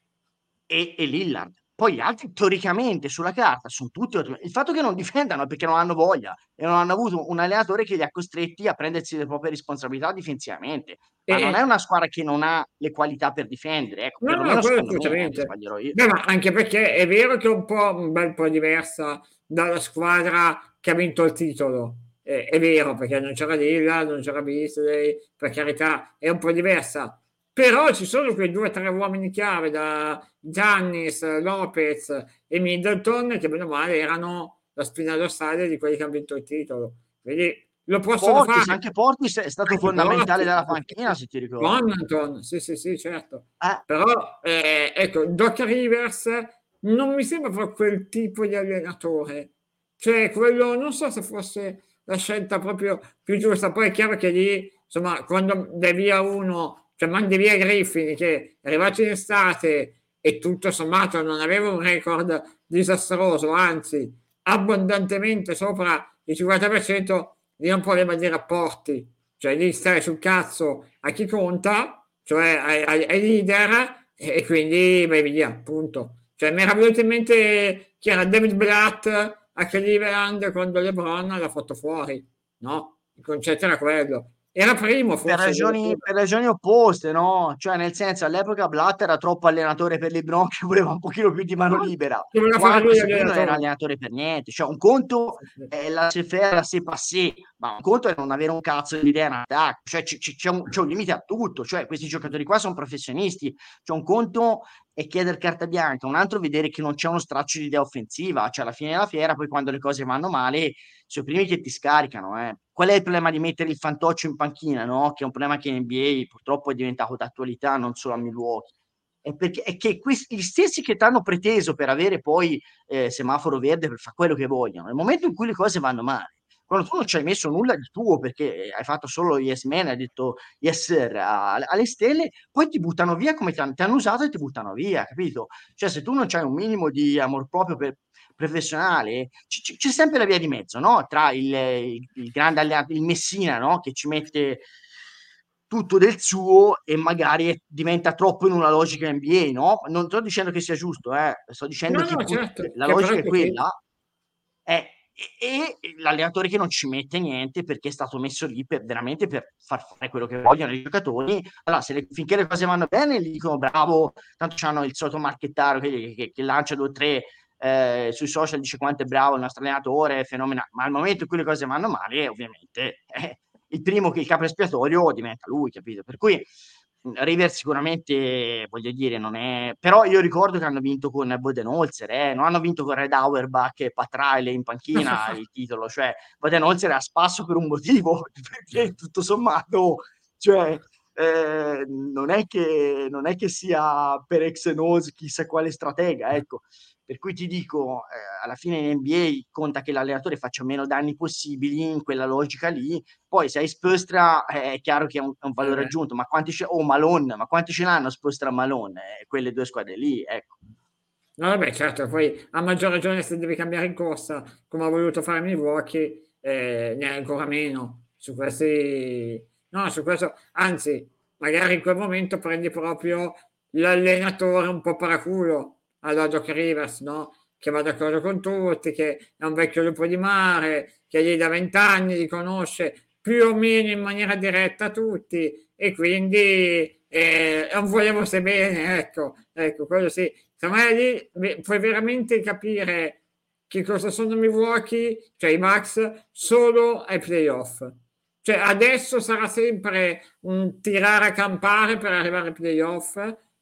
C: e, e Lillard. Poi gli altri teoricamente sulla carta sono tutti ottimi. Il fatto che non difendano è perché non hanno voglia e non hanno avuto un allenatore che li ha costretti a prendersi le proprie responsabilità difensivamente. Ma non è
B: E,
C: una squadra che non ha le qualità per difendere, ecco,
B: no, no,
C: perlomeno
B: quello
C: secondo me, eh,
B: assolutamente.
C: sbaglierò io.
B: Beh, ma anche perché è vero che è un po' un bel po' diversa dalla squadra che ha vinto il titolo. Eh, è vero, perché non c'era Lilla, non c'era Beasley, per carità, è un po' diversa. Però ci sono quei due o tre uomini chiave da Giannis, Lopez e Middleton che bene o male erano la spina dorsale di quelli che hanno vinto il titolo. Quindi lo possono
C: Portis,
B: fare.
C: anche Portis è stato
B: Anche
C: fondamentale
B: Totti,
C: dalla
B: sì, sì,
C: panchina,
B: sì.
C: se ti ricordi.
B: Connaughton, sì, sì, sì, certo.
C: Eh,
B: Però, eh, ecco, Doc Rivers non mi sembra proprio quel tipo di allenatore. Cioè, quello, non so se fosse la scelta proprio più giusta. Poi è chiaro che lì, insomma, quando dai via uno, cioè mandi via Griffin, che è arrivato in estate e tutto sommato non aveva un record disastroso, anzi, abbondantemente sopra il cinquanta per cento, lì è un problema di rapporti, cioè lì stai sul cazzo a chi conta, cioè ai, ai- ai leader, e, e quindi vai via, punto. Cioè mi era venuto in mente chi era David Blatt a Cleveland quando LeBron l'ha fatto fuori, no? Il concetto era quello. Era primo
C: per
B: forse
C: ragioni,
B: addirittura.
C: per ragioni opposte, no? Cioè, nel senso, all'epoca Blatt era troppo allenatore per LeBron che voleva un pochino più di mano
B: No,
C: libera.
B: che voleva fare
C: Qua
B: lui
C: questo qui non era
B: l'allenatore.
C: allenatore per niente. Cioè, un conto
B: Sì, sì.
C: è la se faire, la se passé, ma un conto è non avere un cazzo di idea in attacco. Cioè, c- c- c'è un, c'è un limite a tutto. Cioè, questi giocatori qua sono professionisti. Cioè, un conto è chiedere carta bianca, un altro vedere che non c'è uno straccio di idea offensiva. Cioè, alla fine della fiera, poi quando le cose vanno male sono i primi che ti scaricano. Eh. Qual è il problema di mettere il fantoccio in panchina, no? Che è un problema che in N B A purtroppo è diventato d'attualità, non solo a Milwaukee. È, perché, è che questi, gli stessi che ti hanno preteso per avere poi eh, semaforo verde per fare quello che vogliono, nel momento in cui le cose vanno male, quando tu non ci hai messo nulla di tuo perché hai fatto solo yes man, hai detto yes sir a- alle stelle, poi ti buttano via come ti, han- ti hanno usato e ti buttano via, capito? Cioè se tu non c'hai un minimo di amor proprio per, professionale, c- c- c'è sempre la via di mezzo, no? Tra il, il- il grande alleato, il Messina, no? Che ci mette tutto del suo e magari diventa troppo in una logica N B A, no? Non sto dicendo che sia giusto, eh? Sto dicendo
B: No,
C: che
B: no,
C: pur-
B: certo,
C: la
B: che però
C: logica
B: è
C: è
B: così.
C: quella, è, e, e l'allenatore che non ci mette niente perché è stato messo lì per, veramente per far fare quello che vogliono i giocatori. Allora, se le, finché le cose vanno bene, gli dicono bravo, tanto c'hanno il solito marchettario che, che, che lancia due o tre eh, sui social, dice quanto è bravo il nostro allenatore, fenomenale. Ma al momento in cui le cose vanno male, ovviamente, eh, il primo che il capo espiatorio diventa lui, capito? Per cui River sicuramente, voglio dire, non è... Però io ricordo che hanno vinto con Budenholzer, eh? Non hanno vinto con Red Auerbach e Patraile in panchina il titolo, cioè Budenholzer è a spasso per un motivo, perché tutto sommato, cioè, eh, non, è che, non è che sia per ex nos chissà quale stratega, ecco. Per cui ti dico, eh, alla fine in N B A conta che l'allenatore faccia meno danni possibili in quella logica lì. Poi se hai Spolstra eh, è chiaro che è un, è un valore
B: Eh,
C: aggiunto, ma quanti ce... Oh, Malone, ma quanti ce l'hanno Spolstra e Malone? Eh, quelle due squadre lì, ecco.
B: no, vabbè, certo, poi a maggior ragione se devi cambiare in corsa, come ha voluto fare Milwaukee, eh, ne hai ancora meno. Su questi, no, su questo, anzi, magari in quel momento prendi proprio l'allenatore un po' paraculo alla Doc Rivers, no? Che va d'accordo con tutti, che è un vecchio lupo di mare, che gli da vent'anni li conosce più o meno in maniera diretta tutti, e quindi eh, non volevo se bene, ecco, ecco, quello sì. Secondo me lì ve- puoi veramente capire che cosa sono Milwaukee, cioè i Bucks, solo ai playoff. Cioè adesso sarà sempre un tirare a campare per arrivare ai playoff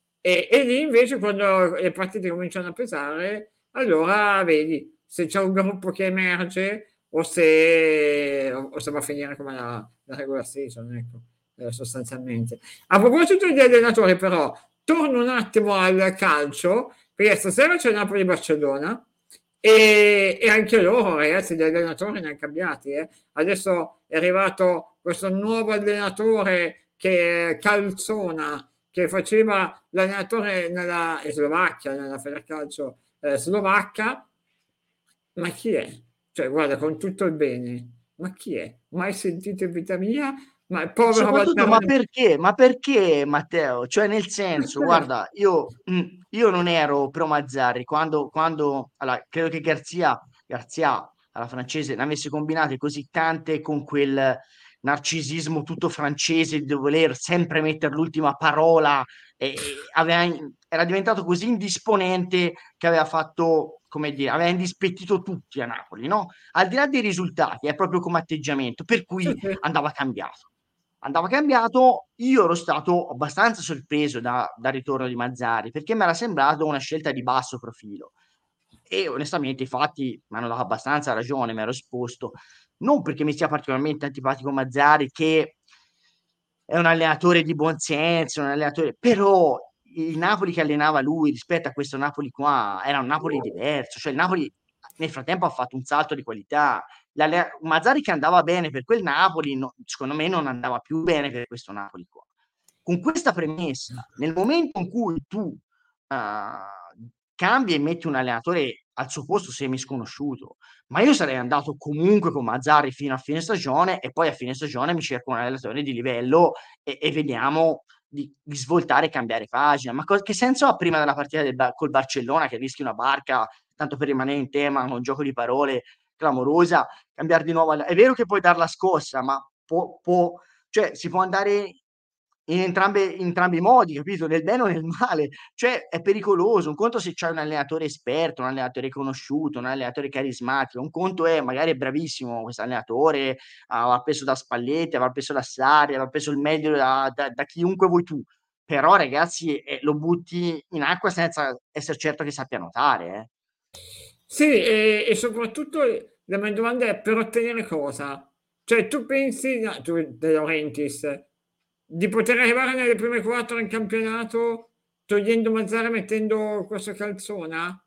B: e, e lì invece quando le partite cominciano a pesare, allora vedi se c'è un gruppo che emerge o se, o se va a finire come la, la regular season, ecco. eh, sostanzialmente. A proposito di allenatori, però, torno un attimo al calcio, perché stasera c'è Napoli-Barcellona. E, e anche loro, ragazzi, gli allenatori ne hanno cambiati. Eh. Adesso è arrivato questo nuovo allenatore che è Calzona, che faceva l'allenatore nella in Slovacchia, nella Federcalcio eh, slovacca. Ma chi è? Cioè, guarda, con tutto il bene, ma chi è? Mai sentito in vita mia? Ma il povero
C: Soprattutto, ma
B: Valderrama.
C: perché? Ma perché Matteo? Cioè, nel senso, guarda, io, mm, io non ero pro Mazzarri quando, quando allora, credo che Garzia, Garzia alla francese ne avesse combinate così tante con quel narcisismo tutto francese di voler sempre mettere l'ultima parola e, e aveva- era diventato così indisponente che aveva fatto, come dire, aveva indispettito tutti a Napoli, no? Al di là dei risultati, è proprio come atteggiamento, per
B: Sì,
C: cui
B: sì.
C: andava cambiato. Andava cambiato, io ero stato abbastanza sorpreso da- dal ritorno di Mazzari perché mi era sembrato una scelta di basso profilo e onestamente i fatti mi hanno dato abbastanza ragione, mi ero esposto, non perché mi sia particolarmente antipatico Mazzari, che è un allenatore di buon senso, un allenatore, però il Napoli che allenava lui rispetto a questo Napoli qua era un Napoli diverso, cioè il Napoli nel frattempo ha fatto un salto di qualità. L'alle- Mazzari che andava bene per quel Napoli, no- secondo me non andava più bene per questo Napoli qua. Con questa premessa, nel momento in cui tu eh, cambi e metti un allenatore al suo posto semi sconosciuto, ma io sarei andato comunque con Mazzarri fino a fine stagione e poi a fine stagione mi cerco un allenatore di livello e, e vediamo di, di svoltare e cambiare pagina. Ma co- che senso ha prima della partita del Ba- col Barcellona che rischi una barca, tanto per rimanere in tema, con un gioco di parole clamorosa, cambiare di nuovo? È vero che puoi dar la scossa, ma può, può- cioè, si può andare in entrambe, in entrambi i modi, capito? Nel bene o nel male. Cioè, è pericoloso. Un conto se c'è un allenatore esperto, un allenatore conosciuto, un allenatore carismatico. Un conto è magari è bravissimo questo allenatore, ha preso da Spalletti, avrà preso da Sarri, avrà preso il meglio da, da- da chiunque vuoi tu. Però, ragazzi, eh, lo butti in acqua senza essere certo che sappia nuotare, eh.
B: Sì, e, e soprattutto la mia domanda è per ottenere cosa? Cioè, tu pensi, no, tu De Laurentiis, di poter arrivare nelle prime quattro in campionato togliendo Mazzara e mettendo questo Calzona?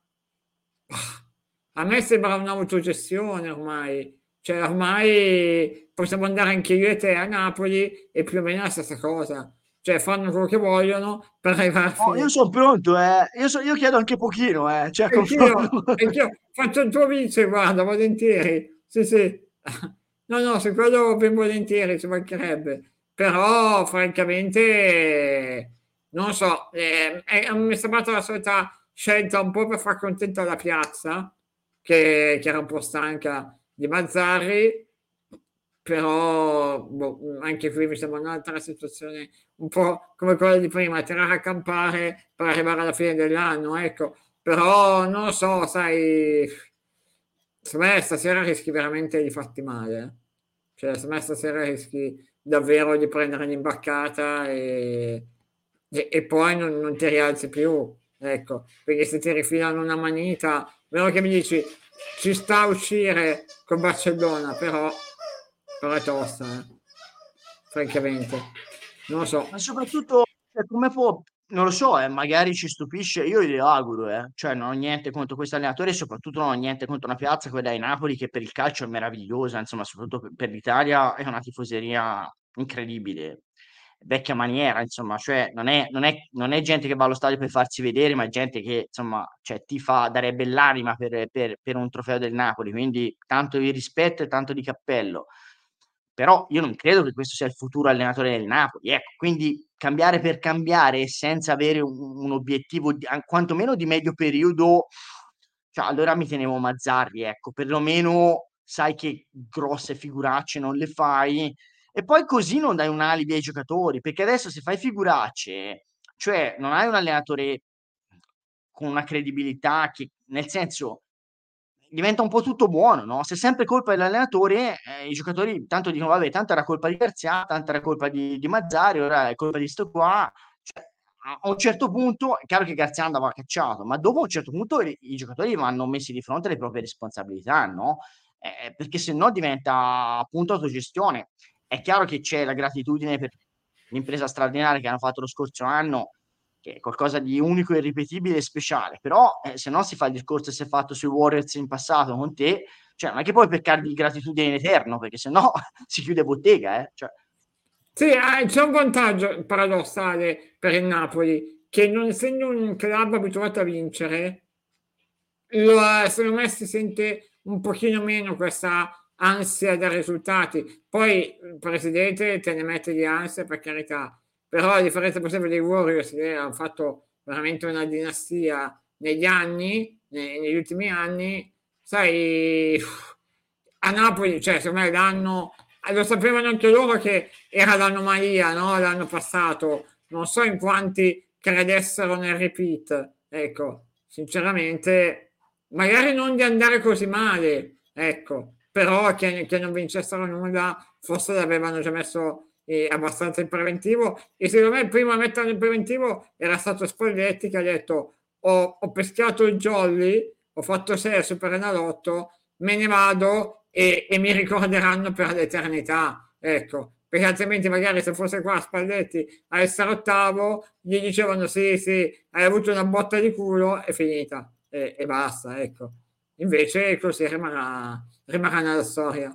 B: A me sembra un'autogestione ormai, cioè ormai possiamo andare anche io e te a Napoli e più o meno è la stessa cosa, cioè fanno quello che vogliono per
C: Oh, io
B: arrivarci.
C: sono pronto, eh. Io, so- io chiedo anche pochino, eh. Cioè, a confronto.
B: Anch'io, anch'io faccio il tuo vice, guarda, volentieri. Sì, sì. No, no, su quello ben volentieri, ci mancherebbe. Però, francamente, non so, eh, è- mi è sembrata la solita scelta un po' per far contenta la piazza, che, che era un po' stanca di Mazzarri, però boh, anche qui mi sembra un'altra situazione un po' come quella di prima, tirare a campare per arrivare alla fine dell'anno, ecco. Però non lo so, sai, secondo me stasera rischi veramente di farti male. Eh. Cioè, secondo me stasera rischi davvero di prendere l'imbarcata e, e, e poi non, non ti rialzi più. Ecco, perché se ti rifilano una manita, vero che mi dici ci sta a uscire con Barcellona, però, però è tosta, eh. Francamente. Non lo so.
C: Ma soprattutto, cioè, come può, non lo so, eh, magari ci stupisce, io glielo auguro, eh. Cioè non ho niente contro questo allenatore e soprattutto non ho niente contro una piazza, quella di Napoli, che per il calcio è meravigliosa, insomma, soprattutto per, per l'Italia è una tifoseria incredibile, vecchia maniera, insomma, cioè non è, non è- non è gente che va allo stadio per farsi vedere, ma è gente che, insomma, cioè, ti fa, darebbe l'anima per, per per un trofeo del Napoli, quindi tanto di rispetto e tanto di cappello. Però io non credo che questo sia il futuro allenatore del Napoli, ecco, quindi cambiare per cambiare senza avere un, un obiettivo di- an- quantomeno di medio periodo, cioè, allora mi tenevo Mazzarri, ecco, perlomeno sai che grosse figuracce non le fai e poi così non dai un alibi ai giocatori, perché adesso se fai figuracce, cioè non hai un allenatore con una credibilità che, nel senso, diventa un po' tutto buono, no? Se è sempre colpa dell'allenatore, eh, i giocatori tanto dicono, vabbè, tanto era colpa di Garzia, tanto era colpa di, di Mazzari, ora è colpa di sto qua. Cioè, a un certo punto, è chiaro che Garzia andava cacciato, ma dopo un certo punto i, i giocatori vanno messi di fronte alle proprie responsabilità, no? Eh, perché se no diventa appunto autogestione. È chiaro che c'è la gratitudine per l'impresa straordinaria che hanno fatto lo scorso anno, che è qualcosa di unico, irripetibile e speciale, però eh, se no si fa il discorso che si è fatto sui Warriors in passato con te, cioè non è che puoi peccardi di gratitudine in eterno, perché se no si chiude bottega, eh? Cioè,
B: Sì, eh, c'è un vantaggio paradossale per il Napoli, che non essendo un club abituato a vincere, lo, eh, secondo me si sente un pochino meno questa ansia da risultati. Poi il presidente te ne mette di ansia, per carità, però a differenza per esempio dei Warriors che hanno fatto veramente una dinastia negli anni, ne- negli ultimi anni, sai, a Napoli, cioè, secondo me l'anno, lo sapevano anche loro che era l'anomalia, no? L'anno passato, non so in quanti credessero nel repeat, ecco, sinceramente, magari non di andare così male, ecco, però che, che non vincessero nulla, forse l'avevano già messo eh, abbastanza in preventivo, e secondo me il primo a metterlo in preventivo era stato Spalletti, che ha detto ho, ho pescato il jolly, ho fatto sei al Super Enalotto, me ne vado e, e mi ricorderanno per l'eternità, ecco, perché altrimenti magari se fosse qua Spalletti a essere ottavo, gli dicevano sì, sì, hai avuto una botta di culo, è finita, e, e basta, ecco. Invece così rimarrà, rimarrà nella storia.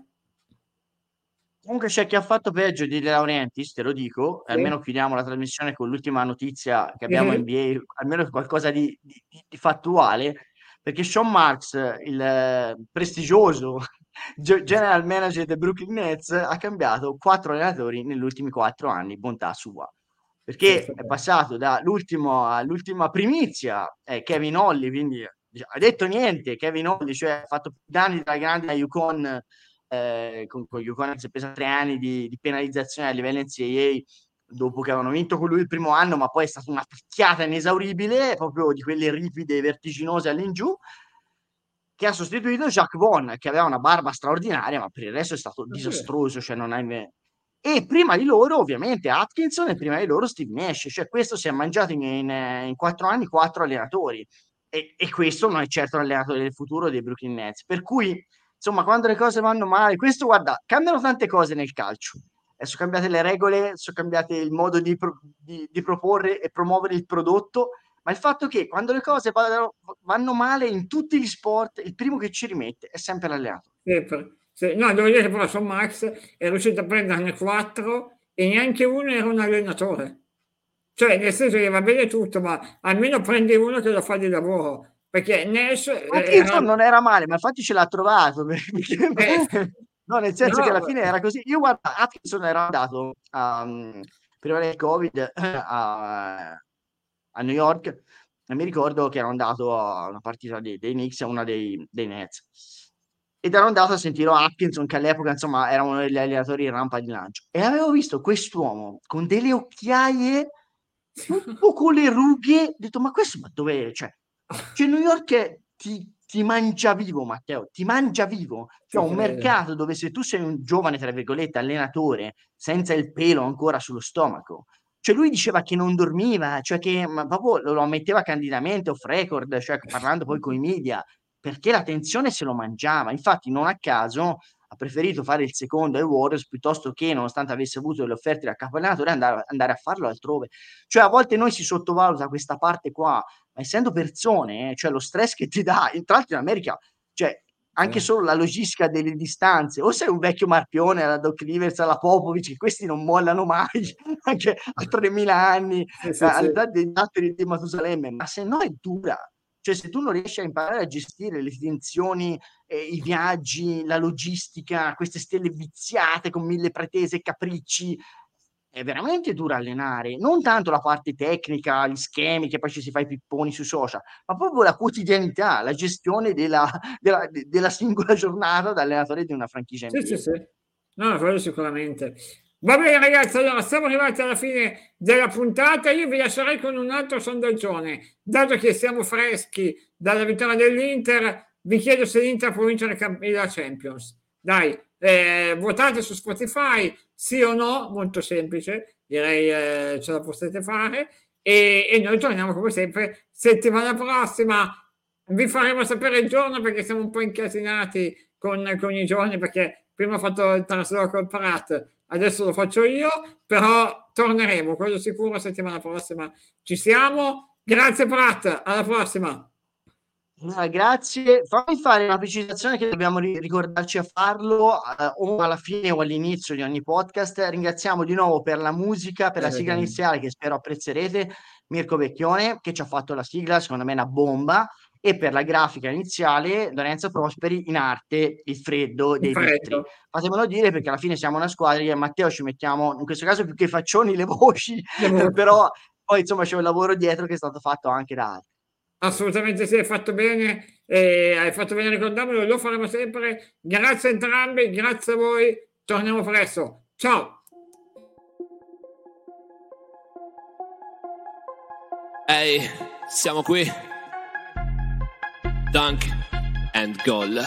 C: comunque c'è chi ha fatto peggio di De Laurentiis, te lo dico, e
B: Sì,
C: almeno chiudiamo la trasmissione con l'ultima notizia che abbiamo
B: sì,
C: N B A, almeno qualcosa di, di- di fattuale, perché Sean Marks, il eh, prestigioso ge- general manager dei Brooklyn Nets, ha cambiato quattro allenatori negli ultimi quattro anni, bontà sua,
B: sì,
C: perché
B: sì,
C: è passato dall'ultimo all'ultima primizia, eh, Kevin Ollie, quindi ha detto niente, Kevin Ollie, cioè ha fatto più danni dalla grande a UConn, eh, con, con UConn si è presa tre anni di, di penalizzazione a livello N C A A dopo che avevano vinto con lui il primo anno, ma poi è stata una picchiata inesauribile, proprio di quelle ripide vertiginose all'ingiù, che ha sostituito Jacques Vaughn, che aveva una barba straordinaria, ma per il resto è stato
B: sì,
C: disastroso, cioè non ha inve- e prima di loro, ovviamente, Atkinson, e prima di loro Steve Nash, cioè questo si è mangiato in, in, in quattro anni quattro allenatori, e, e questo non è certo l'allenatore del futuro dei Brooklyn Nets, per cui, insomma, quando le cose vanno male, questo, guarda, cambiano tante cose nel calcio, eh, sono cambiate le regole, sono cambiate il modo di, pro- di, di proporre e promuovere il prodotto, ma il fatto che quando le cose vanno, vanno male in tutti gli sport, il primo che ci rimette è sempre l'allenatore.
B: sempre. Sì, no, devo dire che però Son Max è riuscito a prenderne quattro e neanche uno era un allenatore. Cioè, nel senso che va bene tutto, ma almeno prendi uno che lo fa di lavoro. Perché Nash eh, era...
C: Atkinson non era male, ma infatti ce l'ha trovato, perché-
B: eh,
C: no, nel senso che alla
B: no,
C: fine era così. Io guarda, Atkinson era andato a, prima del Covid a, a New York e mi ricordo che ero andato a una partita dei, dei Knicks e a una dei, dei Nets. Ed ero andato a sentire Atkinson, che all'epoca insomma era uno degli allenatori in rampa di lancio. E avevo visto quest'uomo con delle occhiaie, tutto con le rughe. Ho detto, ma questo ma dove? Cioè, cioè New York è- ti, ti mangia vivo, Matteo, ti mangia vivo. Cioè,
B: ci
C: un
B: credo.
C: mercato dove se tu sei un giovane, tra virgolette, allenatore, senza il pelo ancora sullo stomaco, cioè lui diceva che non dormiva, cioè che ma proprio lo, lo ammetteva candidamente off record, cioè parlando poi con i media, perché la tensione se lo mangiava. Infatti, non a caso ha preferito fare il secondo ai Warriors piuttosto che, nonostante avesse avuto delle offerte da capo allenatore, andare, andare a farlo altrove. Cioè, a volte noi si sottovaluta questa parte qua, ma essendo persone, eh, cioè lo stress che ti dà, tra l'altro in America, cioè
B: Sì,
C: anche solo la logistica delle distanze, o sei un vecchio marpione alla Doc Rivers, alla Popovic, che questi non mollano mai, anche a tremila anni,
B: sì,
C: eh,
B: sì, sì.
C: all'età degli altri di Matusalemme, ma se no è dura. Cioè, se tu non riesci a imparare a gestire le tensioni, eh, i viaggi, la logistica, queste stelle viziate con mille pretese e capricci, è veramente duro allenare. Non tanto la parte tecnica, gli schemi che poi ci si fa i pipponi sui social, ma proprio la quotidianità, la gestione della, della, della singola giornata da allenatore di una franchigia
B: Sì, sì,
C: N B A.
B: sì. No, quello sicuramente. Va bene, ragazzi, allora siamo arrivati alla fine della puntata. Io vi lascerei con un altro sondaggione. Dato che siamo freschi dalla vittoria dell'Inter, vi chiedo se l'Inter può vincere il camp- la Champions. Dai, eh, votate su Spotify, sì o no, molto semplice, direi eh, ce la potete fare. E, e noi torniamo come sempre settimana prossima. Vi faremo sapere il giorno perché siamo un po' incasinati con, con i giorni perché prima ho fatto il trasloco col Prat, adesso lo faccio io, però torneremo, quello sicuro, settimana prossima ci siamo. Grazie Prat, alla prossima.
C: Ah, grazie, fammi fare una precisazione che dobbiamo ri- ricordarci a farlo eh, o alla fine o all'inizio di ogni podcast. Ringraziamo di nuovo per la musica, per la sigla iniziale che spero apprezzerete, Mirko Vecchione che ci ha fatto la sigla, secondo me è una bomba, e per la grafica iniziale Lorenzo Prosperi in arte Il freddo dei vetri. Fatemelo dire perché alla fine siamo una squadra, io e Matteo ci mettiamo in questo caso più che faccioni le voci, però poi insomma c'è un lavoro dietro che è stato fatto anche da altri.
B: Assolutamente sì, hai fatto bene, eh, hai fatto bene a ricordarmelo, lo faremo sempre. Grazie a entrambi, grazie a voi, torniamo presto. Ciao!
A: Ehi, hey, siamo qui. Dunk and goal.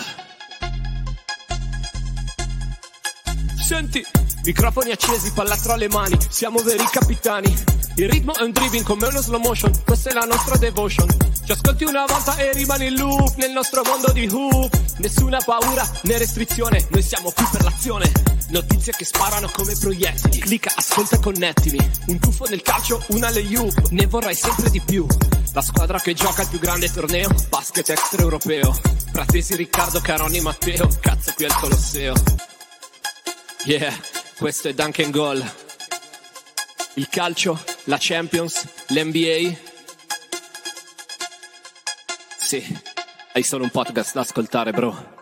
A: Senti, microfoni accesi, palla tra le mani, siamo veri capitani. Il ritmo è un dribbling come uno slow motion, questa è la nostra devotion. Ci ascolti una volta e rimani in loop nel nostro mondo di hoop. Nessuna paura né restrizione, noi siamo qui per l'azione. Notizie che sparano come proiettili, clicca, ascolta e connettimi. Un tuffo nel calcio, una layup, ne vorrai sempre di più. La squadra che gioca il più grande torneo, basket extraeuropeo. Pratesi, Riccardo, Caroni, Matteo, cazzo qui al Colosseo. Yeah, questo è Dunk and Goal. Il calcio, la Champions, l'N B A. Sì, hai solo un podcast da ascoltare, bro.